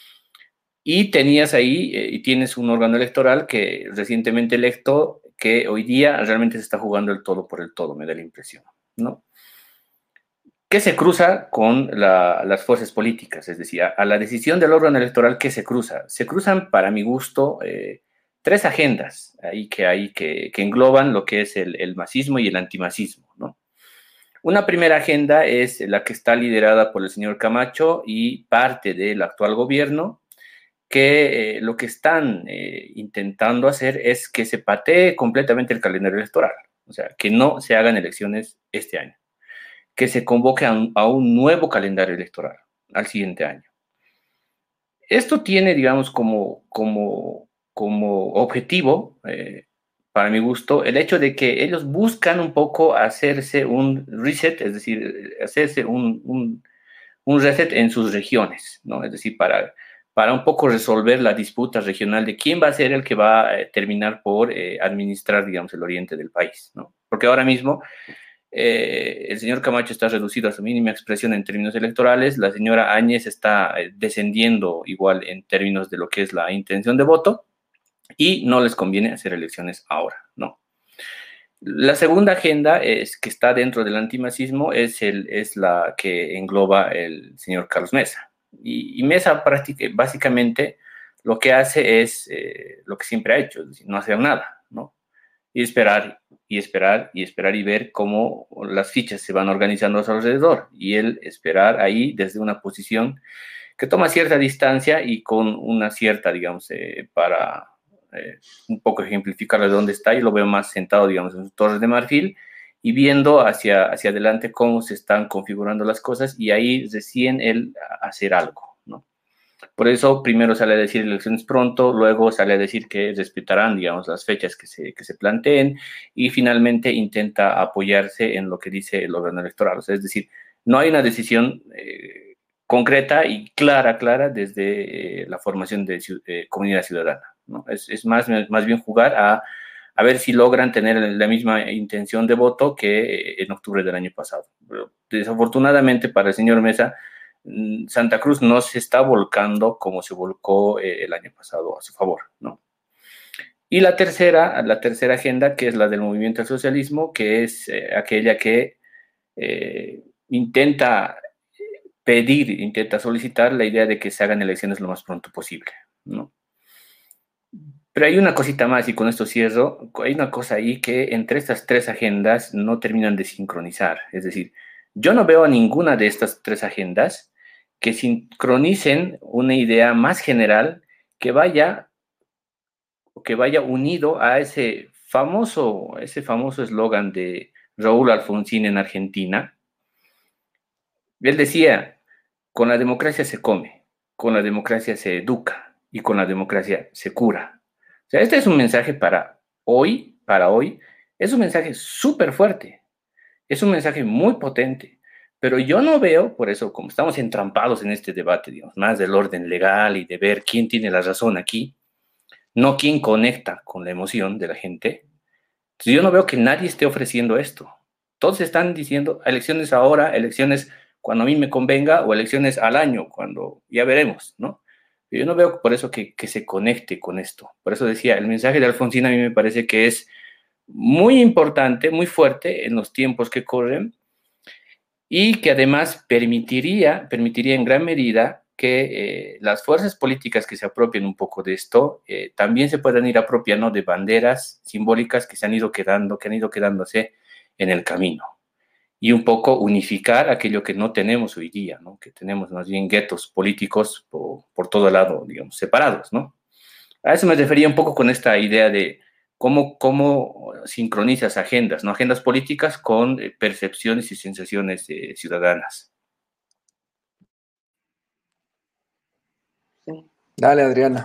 Y tenías ahí, eh, y tienes un órgano electoral que recientemente electo, que hoy día realmente se está jugando el todo por el todo, me da la impresión, ¿no? ¿Qué se cruza con la, las fuerzas políticas? Es decir, a, a la decisión del órgano electoral, ¿qué se cruza? Se cruzan, para mi gusto, eh, tres agendas ahí que hay que, que engloban lo que es el, el masismo y el antimasismo, ¿no? Una primera agenda es la que está liderada por el señor Camacho y parte del actual gobierno, que eh, lo que están eh, intentando hacer es que se patee completamente el calendario electoral, o sea, que no se hagan elecciones este año, que se convoque a un, a un nuevo calendario electoral al siguiente año. Esto tiene, digamos, como, como, como objetivo, eh, para mi gusto, el hecho de que ellos buscan un poco hacerse un reset, es decir, hacerse un, un, un reset en sus regiones, ¿no? Es decir, para, para un poco resolver la disputa regional de quién va a ser el que va a terminar por eh, administrar, digamos, el oriente del país, ¿no? Porque ahora mismo Eh, el señor Camacho está reducido a su mínima expresión en términos electorales, la señora Áñez está eh, descendiendo igual en términos de lo que es la intención de voto y no les conviene hacer elecciones ahora, ¿no? La segunda agenda es, que está dentro del antimasismo es, el, es la que engloba el señor Carlos Mesa. Y, y Mesa práctica, básicamente lo que hace es eh, lo que siempre ha hecho, es decir, no hacer nada, ¿no? Y esperar, y esperar, y esperar y ver cómo las fichas se van organizando a su alrededor. Y él esperar ahí desde una posición que toma cierta distancia y con una cierta, digamos, eh, para eh, un poco ejemplificar de dónde está, yo lo veo más sentado, digamos, en sus torres de marfil y viendo hacia, hacia adelante cómo se están configurando las cosas y ahí recién él hacer algo, ¿no? Por eso primero sale a decir elecciones pronto, luego sale a decir que respetarán, digamos, las fechas que se, que se planteen y finalmente intenta apoyarse en lo que dice el órgano electoral. O sea, es decir, no hay una decisión eh, concreta y clara, clara desde eh, la formación de eh, comunidad ciudadana, ¿no? Es, es más, más bien jugar a, a ver si logran tener la misma intención de voto que en octubre del año pasado. Pero, desafortunadamente para el señor Mesa, Santa Cruz no se está volcando como se volcó eh, el año pasado a su favor, ¿no? Y la tercera, la tercera agenda, que es la del movimiento al socialismo, que es eh, aquella que eh, intenta pedir, intenta solicitar la idea de que se hagan elecciones lo más pronto posible, ¿no? Pero hay una cosita más, y con esto cierro, hay una cosa ahí que entre estas tres agendas no terminan de sincronizar. Es decir, yo no veo a ninguna de estas tres agendas que sincronicen una idea más general que vaya, que vaya unido a ese famoso, ese famoso eslogan de Raúl Alfonsín en Argentina. Él decía, con la democracia se come, con la democracia se educa y con la democracia se cura. O sea, este es un mensaje para hoy, para hoy, es un mensaje súper fuerte, es un mensaje muy potente. Pero yo no veo, por eso, como estamos entrampados en este debate, digamos, más del orden legal y de ver quién tiene la razón aquí, no quién conecta con la emoción de la gente. Entonces, yo no veo que nadie esté ofreciendo esto. Todos están diciendo elecciones ahora, elecciones cuando a mí me convenga o elecciones al año, cuando ya veremos, ¿no? Yo no veo por eso que, que se conecte con esto. Por eso decía, el mensaje de Alfonsín a mí me parece que es muy importante, muy fuerte en los tiempos que corren, y que además permitiría, permitiría en gran medida que eh, las fuerzas políticas que se apropien un poco de esto eh, también se puedan ir apropiando de banderas simbólicas que se han ido quedando, que han ido quedándose en el camino. Y un poco unificar aquello que no tenemos hoy día, ¿no? Que tenemos más bien guetos políticos por, por todo lado, digamos, separados, ¿no? A eso me refería un poco con esta idea de ¿cómo, cómo sincronizas agendas, ¿no? Agendas políticas con eh, percepciones y sensaciones eh, ciudadanas?
Sí.
Dale, Adriana.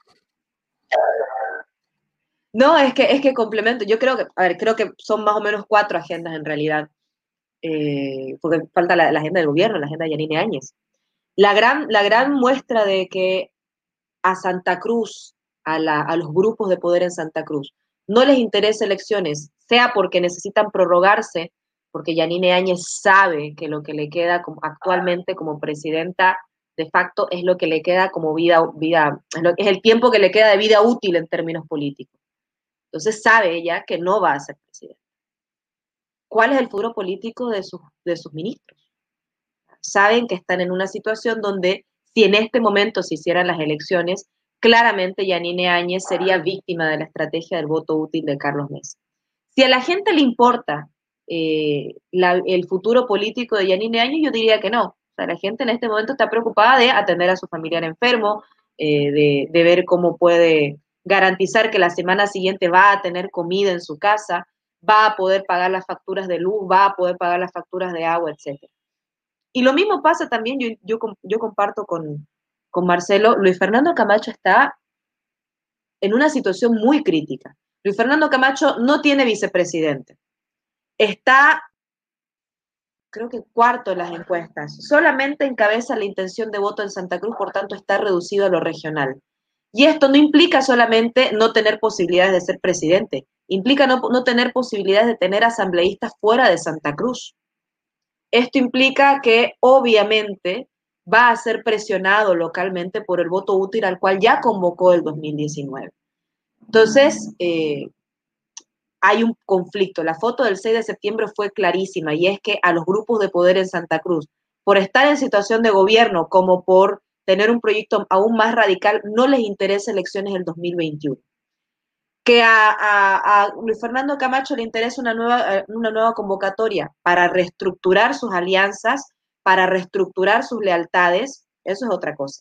No, es que, es que complemento. Yo creo que, a ver, creo que son más o menos cuatro agendas en realidad, eh, porque falta la, la agenda del gobierno, la agenda de Yanine Áñez. La gran, la gran muestra de que a Santa Cruz, a, la, a los grupos de poder en Santa Cruz, no les interesa elecciones, sea porque necesitan prorrogarse, porque Yanine Áñez sabe que lo que le queda como, actualmente como presidenta de facto es lo que le queda como vida, vida es, lo, es el tiempo que le queda de vida útil en términos políticos. Entonces sabe ella que no va a ser presidenta. ¿Cuál es el futuro político de sus, de sus ministros? Saben que están en una situación donde si en este momento se hicieran las elecciones, claramente Yanine Áñez sería víctima de la estrategia del voto útil de Carlos Mesa. Si a la gente le importa eh, la, el futuro político de Yanine Áñez, yo diría que no. O sea, la gente en este momento está preocupada de atender a su familiar enfermo, eh, de, de ver cómo puede garantizar que la semana siguiente va a tener comida en su casa, va a poder pagar las facturas de luz, va a poder pagar las facturas de agua, etcétera. Y lo mismo pasa también, yo, yo, yo comparto con, con Marcelo, Luis Fernando Camacho está en una situación muy crítica. Luis Fernando Camacho no tiene vicepresidente. Está, creo que cuarto en las encuestas. Solamente encabeza la intención de voto en Santa Cruz, por tanto está reducido a lo regional. Y esto no implica solamente no tener posibilidades de ser presidente, implica no, no tener posibilidades de tener asambleístas fuera de Santa Cruz. Esto implica que obviamente va a ser presionado localmente por el voto útil al cual ya convocó el dos mil diecinueve. Entonces, eh, hay un conflicto. La foto del seis de septiembre fue clarísima y es que a los grupos de poder en Santa Cruz, por estar en situación de gobierno como por tener un proyecto aún más radical, no les interesa elecciones del dos mil veintiuno. Que a, a, a Luis Fernando Camacho le interesa una nueva, una nueva convocatoria para reestructurar sus alianzas, para reestructurar sus lealtades, eso es otra cosa.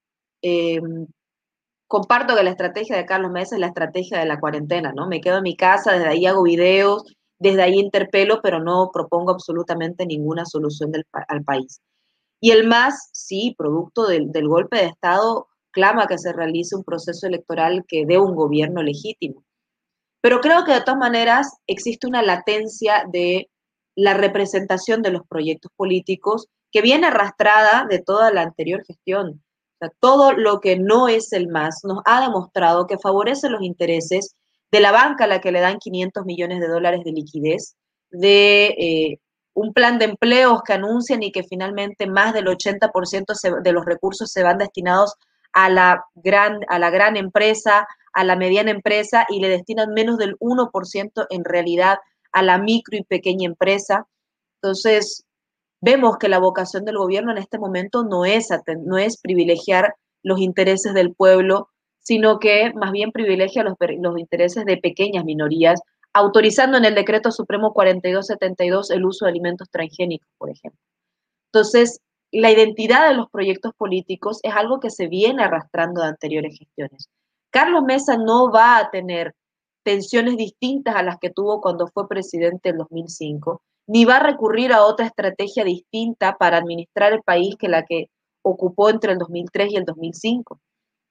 Eh, comparto que la estrategia de Carlos Mesa es la estrategia de la cuarentena, ¿no? Me quedo en mi casa, desde ahí hago videos, desde ahí interpelo, pero no propongo absolutamente ninguna solución del, al país. Y el M A S, sí, producto del, del golpe de Estado, clama que se realice un proceso electoral que dé un gobierno legítimo. Pero creo que de todas maneras existe una latencia de la representación de los proyectos políticos que viene arrastrada de toda la anterior gestión. O sea, todo lo que no es el M A S nos ha demostrado que favorece los intereses de la banca a la que le dan quinientos millones de dólares de liquidez, de eh, un plan de empleos que anuncian y que finalmente más del ochenta por ciento se, de los recursos se van destinados a la gran, a la gran empresa, a la mediana empresa y le destinan menos del uno por ciento en realidad a la micro y pequeña empresa. Entonces, vemos que la vocación del gobierno en este momento no es, no es privilegiar los intereses del pueblo, sino que más bien privilegia los, los intereses de pequeñas minorías, autorizando en el decreto supremo cuarenta y dos setenta y dos el uso de alimentos transgénicos, por ejemplo. Entonces, la identidad de los proyectos políticos es algo que se viene arrastrando de anteriores gestiones. Carlos Mesa no va a tener tensiones distintas a las que tuvo cuando fue presidente en dos mil cinco, ni va a recurrir a otra estrategia distinta para administrar el país que la que ocupó entre el dos mil tres y el dos mil cinco.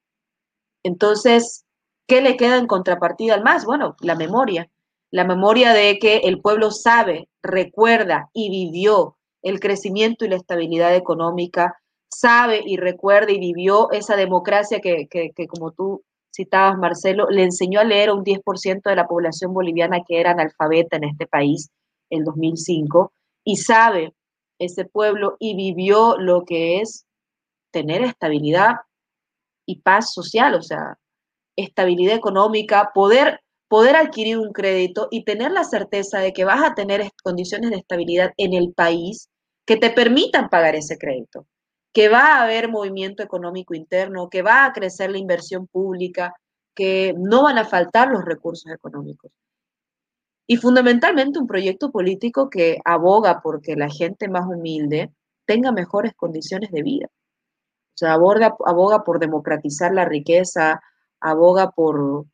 Entonces, ¿qué le queda en contrapartida al M A S? Bueno, la memoria. La memoria de que el pueblo sabe, recuerda y vivió el crecimiento y la estabilidad económica, sabe y recuerda y vivió esa democracia que, que, que como tú citabas, Marcelo, le enseñó a leer a un diez por ciento de la población boliviana que era analfabeta en este país en dos mil cinco, y sabe ese pueblo y vivió lo que es tener estabilidad y paz social, o sea, estabilidad económica, poder, poder adquirir un crédito y tener la certeza de que vas a tener condiciones de estabilidad en el país que te permitan pagar ese crédito, que va a haber movimiento económico interno, que va a crecer la inversión pública, que no van a faltar los recursos económicos. Y fundamentalmente un proyecto político que aboga porque la gente más humilde tenga mejores condiciones de vida. O sea, aboga, aboga por democratizar la riqueza, aboga por,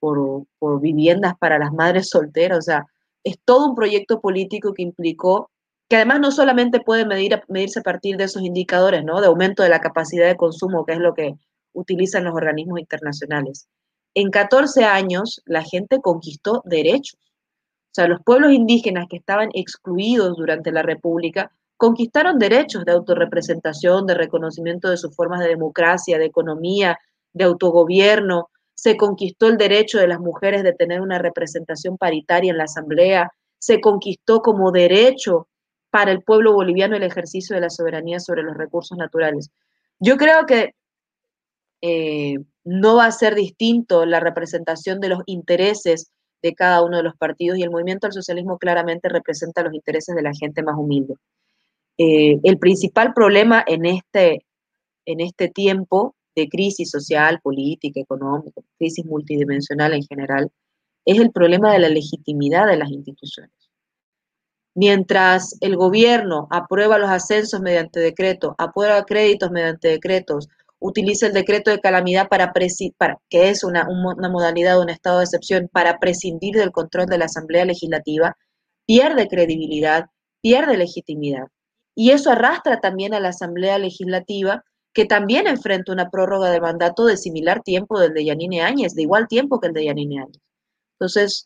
por, por viviendas para las madres solteras. O sea, es todo un proyecto político que implicó, que además no solamente puede medir, medirse a partir de esos indicadores, ¿no? De aumento de la capacidad de consumo, que es lo que utilizan los organismos internacionales. En catorce años, la gente conquistó derechos. O sea, los pueblos indígenas que estaban excluidos durante la República conquistaron derechos de autorrepresentación, de reconocimiento de sus formas de democracia, de economía, de autogobierno. Se conquistó el derecho de las mujeres de tener una representación paritaria en la Asamblea. Se conquistó como derecho para el pueblo boliviano el ejercicio de la soberanía sobre los recursos naturales. Yo creo que eh, no va a ser distinto la representación de los intereses de cada uno de los partidos, y el movimiento al socialismo claramente representa los intereses de la gente más humilde. Eh, el principal problema en este, en este tiempo de crisis social, política, económica, crisis multidimensional en general, es el problema de la legitimidad de las instituciones. Mientras el gobierno aprueba los ascensos mediante decreto, aprueba créditos mediante decretos, utiliza el decreto de calamidad para, para que es una, una modalidad de un estado de excepción, para prescindir del control de la Asamblea Legislativa, pierde credibilidad, pierde legitimidad. Y eso arrastra también a la Asamblea Legislativa, que también enfrenta una prórroga de mandato de similar tiempo del de Yanine Áñez, de igual tiempo que el de Yanine Áñez. Entonces,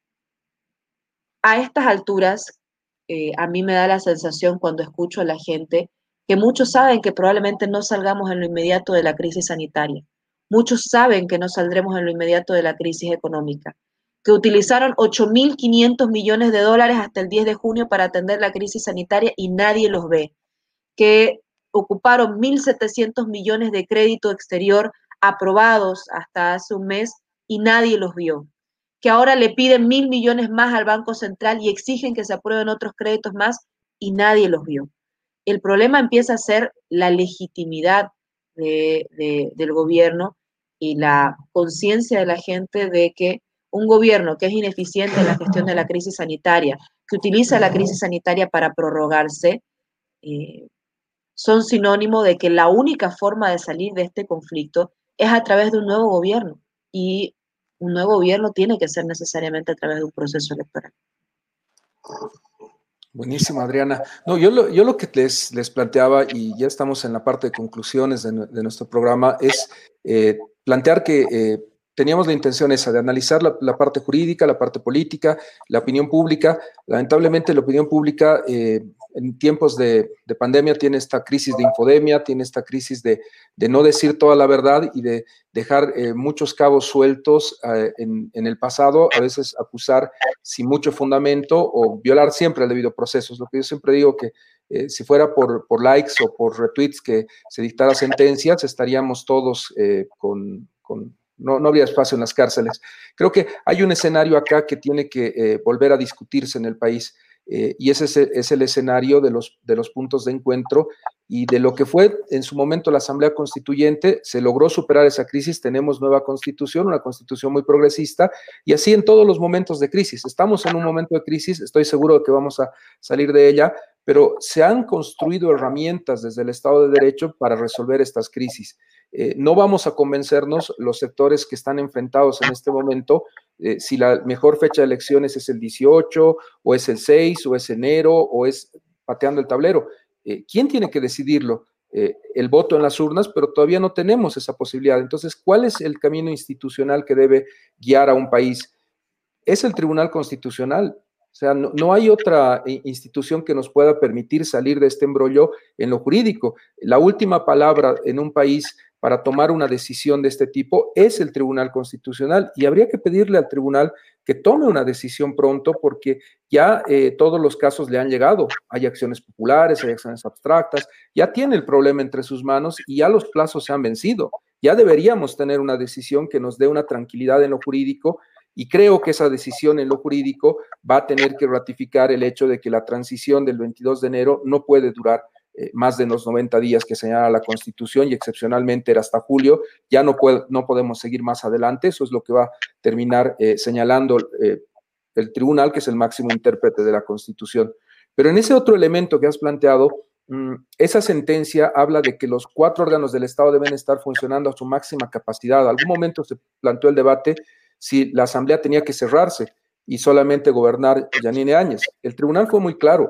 a estas alturas, eh, a mí me da la sensación cuando escucho a la gente que muchos saben que probablemente no salgamos en lo inmediato de la crisis sanitaria. Muchos saben que no saldremos en lo inmediato de la crisis económica, que utilizaron ocho mil quinientos millones de dólares hasta el diez de junio para atender la crisis sanitaria y nadie los ve, que ocuparon mil setecientos millones de crédito exterior aprobados hasta hace un mes y nadie los vio, que ahora le piden mil millones más al Banco Central y exigen que se aprueben otros créditos más y nadie los vio. El problema empieza a ser la legitimidad de, de, del gobierno y la conciencia de la gente de que un gobierno que es ineficiente en la gestión de la crisis sanitaria, que utiliza la crisis sanitaria para prorrogarse, eh, son sinónimo de que la única forma de salir de este conflicto es a través de un nuevo gobierno, y un nuevo gobierno tiene que ser necesariamente a través de un proceso electoral.
Buenísimo, Adriana. No, yo lo, yo lo que les, les planteaba, y ya estamos en la parte de conclusiones de, de nuestro programa, es eh, plantear que eh, teníamos la intención esa de analizar la, la parte jurídica, la parte política, la opinión pública. Lamentablemente la opinión pública eh, en tiempos de, de pandemia tiene esta crisis de infodemia, tiene esta crisis de, de no decir toda la verdad y de dejar eh, muchos cabos sueltos eh, en, en el pasado, a veces acusar sin mucho fundamento o violar siempre el debido proceso. Es lo que yo siempre digo, que eh, si fuera por, por likes o por retweets que se dictara sentencias, estaríamos todos eh, con... con No, no habría espacio en las cárceles. Creo que hay un escenario acá que tiene que eh, volver a discutirse en el país, eh, y ese es, es el escenario de los, de los puntos de encuentro y de lo que fue en su momento la Asamblea Constituyente. Se logró superar esa crisis, tenemos nueva constitución, una constitución muy progresista, y así en todos los momentos de crisis. Estamos en un momento de crisis, estoy seguro de que vamos a salir de ella, pero se han construido herramientas desde el Estado de Derecho para resolver estas crisis. Eh, no vamos a convencernos los sectores que están enfrentados en este momento eh, si la mejor fecha de elecciones es el dieciocho, o es el seis, o es enero, o es pateando el tablero. Eh, ¿Quién tiene que decidirlo? Eh, el voto en las urnas, pero todavía no tenemos esa posibilidad. Entonces, ¿cuál es el camino institucional que debe guiar a un país? Es el Tribunal Constitucional. O sea, no, no hay otra institución que nos pueda permitir salir de este embrollo en lo jurídico. La última palabra en un país para tomar una decisión de este tipo es el Tribunal Constitucional, y habría que pedirle al tribunal que tome una decisión pronto, porque ya eh, todos los casos le han llegado. Hay acciones populares, hay acciones abstractas, ya tiene el problema entre sus manos y ya los plazos se han vencido. Ya deberíamos tener una decisión que nos dé una tranquilidad en lo jurídico, y creo que esa decisión en lo jurídico va a tener que ratificar el hecho de que la transición del veintidós de enero no puede durar eh, más de los noventa días que señala la Constitución, y excepcionalmente era hasta julio. Ya no, puede, no podemos seguir más adelante. Eso es lo que va a terminar eh, señalando eh, el tribunal, que es el máximo intérprete de la Constitución. Pero en ese otro elemento que has planteado, mmm, esa sentencia habla de que los cuatro órganos del Estado deben estar funcionando a su máxima capacidad. En algún momento se planteó el debate si la Asamblea tenía que cerrarse y solamente gobernar Yanine Áñez. El tribunal fue muy claro.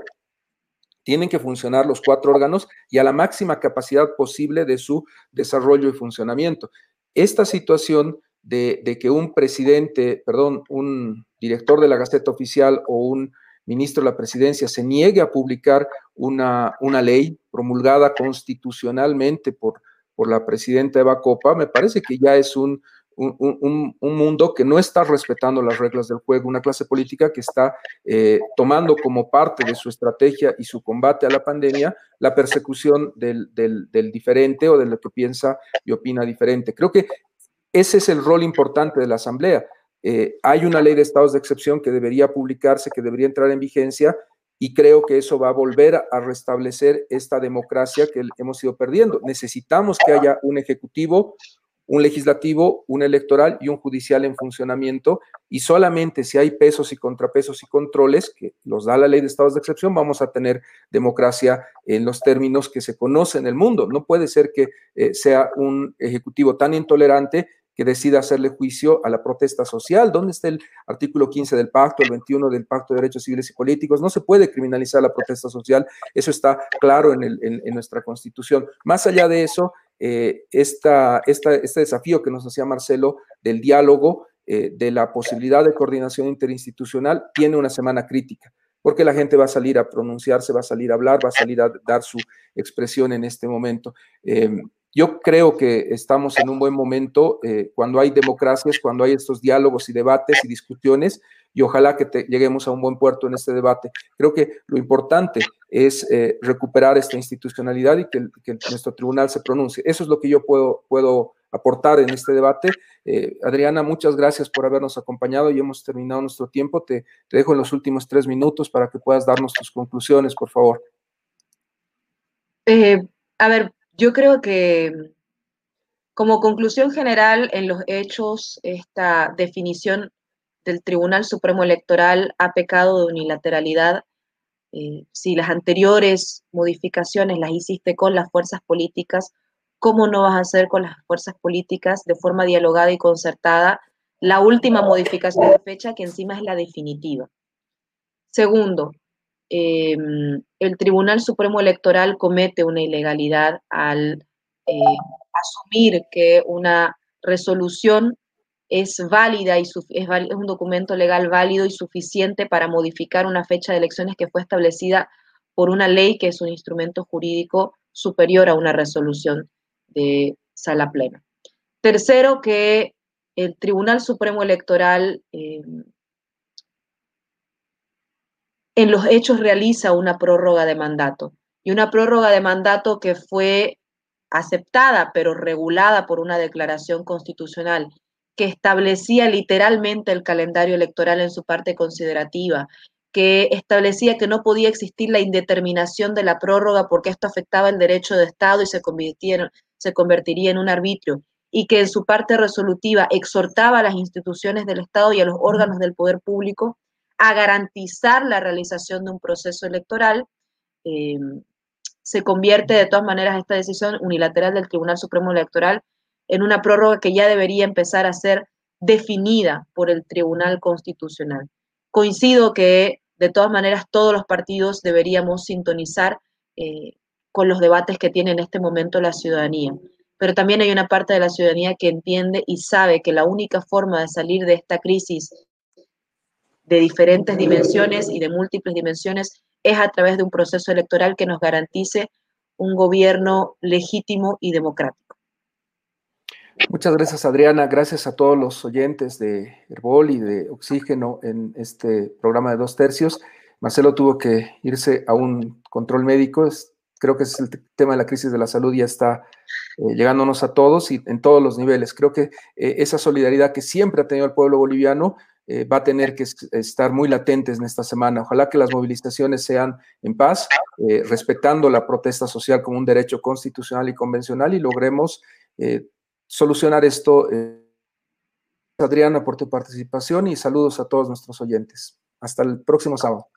Tienen que funcionar los cuatro órganos y a la máxima capacidad posible de su desarrollo y funcionamiento. Esta situación de, de que un presidente, perdón, un director de la Gaceta Oficial o un ministro de la Presidencia se niegue a publicar una, una ley promulgada constitucionalmente por, por la presidenta Eva Copa, me parece que ya es un, un, un, un mundo que no está respetando las reglas del juego, una clase política que está eh, tomando como parte de su estrategia y su combate a la pandemia la persecución del, del, del diferente o de lo que piensa y opina diferente. Creo que ese es el rol importante de la Asamblea. Eh, hay una ley de estados de excepción que debería publicarse, que debería entrar en vigencia, y creo que eso va a volver a restablecer esta democracia que hemos ido perdiendo. Necesitamos que haya un ejecutivo, un legislativo, un electoral y un judicial en funcionamiento, y solamente si hay pesos y contrapesos y controles, que los da la ley de estados de excepción, vamos a tener democracia en los términos que se conoce en el mundo. No puede ser que eh, sea un ejecutivo tan intolerante que decida hacerle juicio a la protesta social. ¿Dónde está el artículo quince del pacto, el veintiuno del Pacto de Derechos Civiles y Políticos? No se puede criminalizar la protesta social, eso está claro en, el, en, en nuestra Constitución. Más allá de eso, eh, esta, esta, este desafío que nos hacía Marcelo del diálogo, eh, de la posibilidad de coordinación interinstitucional, tiene una semana crítica, porque la gente va a salir a pronunciarse, va a salir a hablar, va a salir a dar su expresión en este momento. Eh, Yo creo que estamos en un buen momento eh, cuando hay democracias, cuando hay estos diálogos y debates y discusiones, y ojalá que te, lleguemos a un buen puerto en este debate. Creo que lo importante es eh, recuperar esta institucionalidad y que, que nuestro tribunal se pronuncie. Eso es lo que yo puedo, puedo aportar en este debate. Eh, Adriana, muchas gracias por habernos acompañado y hemos terminado nuestro tiempo. Te, te dejo en los últimos tres minutos para que puedas darnos tus conclusiones, por favor.
Eh, a ver, yo creo que como conclusión general, en los hechos, esta definición del Tribunal Supremo Electoral ha pecado de unilateralidad. Eh, si las anteriores modificaciones las hiciste con las fuerzas políticas, ¿cómo no vas a hacer con las fuerzas políticas de forma dialogada y concertada la última modificación de fecha, que encima es la definitiva? Segundo, eh, el Tribunal Supremo Electoral comete una ilegalidad al eh, asumir que una resolución es válida y es, es un documento legal válido y suficiente para modificar una fecha de elecciones que fue establecida por una ley que es un instrumento jurídico superior a una resolución de sala plena. Tercero, que el Tribunal Supremo Electoral eh, en los hechos realiza una prórroga de mandato, y una prórroga de mandato que fue aceptada pero regulada por una declaración constitucional que establecía literalmente el calendario electoral en su parte considerativa, que establecía que no podía existir la indeterminación de la prórroga porque esto afectaba el derecho de Estado y se convirtiera, se convertiría en un arbitrio, y que en su parte resolutiva exhortaba a las instituciones del Estado y a los órganos del poder público a garantizar la realización de un proceso electoral. Eh, se convierte de todas maneras esta decisión unilateral del Tribunal Supremo Electoral en una prórroga que ya debería empezar a ser definida por el Tribunal Constitucional. Coincido que de todas maneras todos los partidos deberíamos sintonizar eh, con los debates que tiene en este momento la ciudadanía, pero también hay una parte de la ciudadanía que entiende y sabe que la única forma de salir de esta crisis de diferentes dimensiones y de múltiples dimensiones es a través de un proceso electoral que nos garantice un gobierno legítimo y democrático.
Muchas gracias, Adriana. Gracias a todos los oyentes de Herbol y de Oxígeno en este programa de Dos Tercios. Marcelo tuvo que irse a un control médico. Creo que es el tema de la crisis de la salud, ya está eh, llegándonos a todos y en todos los niveles. Creo que eh, esa solidaridad que siempre ha tenido el pueblo boliviano eh, va a tener que estar muy latentes en esta semana. Ojalá que las movilizaciones sean en paz, eh, respetando la protesta social como un derecho constitucional y convencional, y logremos eh, solucionar esto. Eh, Adriana, por tu participación, y saludos a todos nuestros oyentes. Hasta el próximo sábado.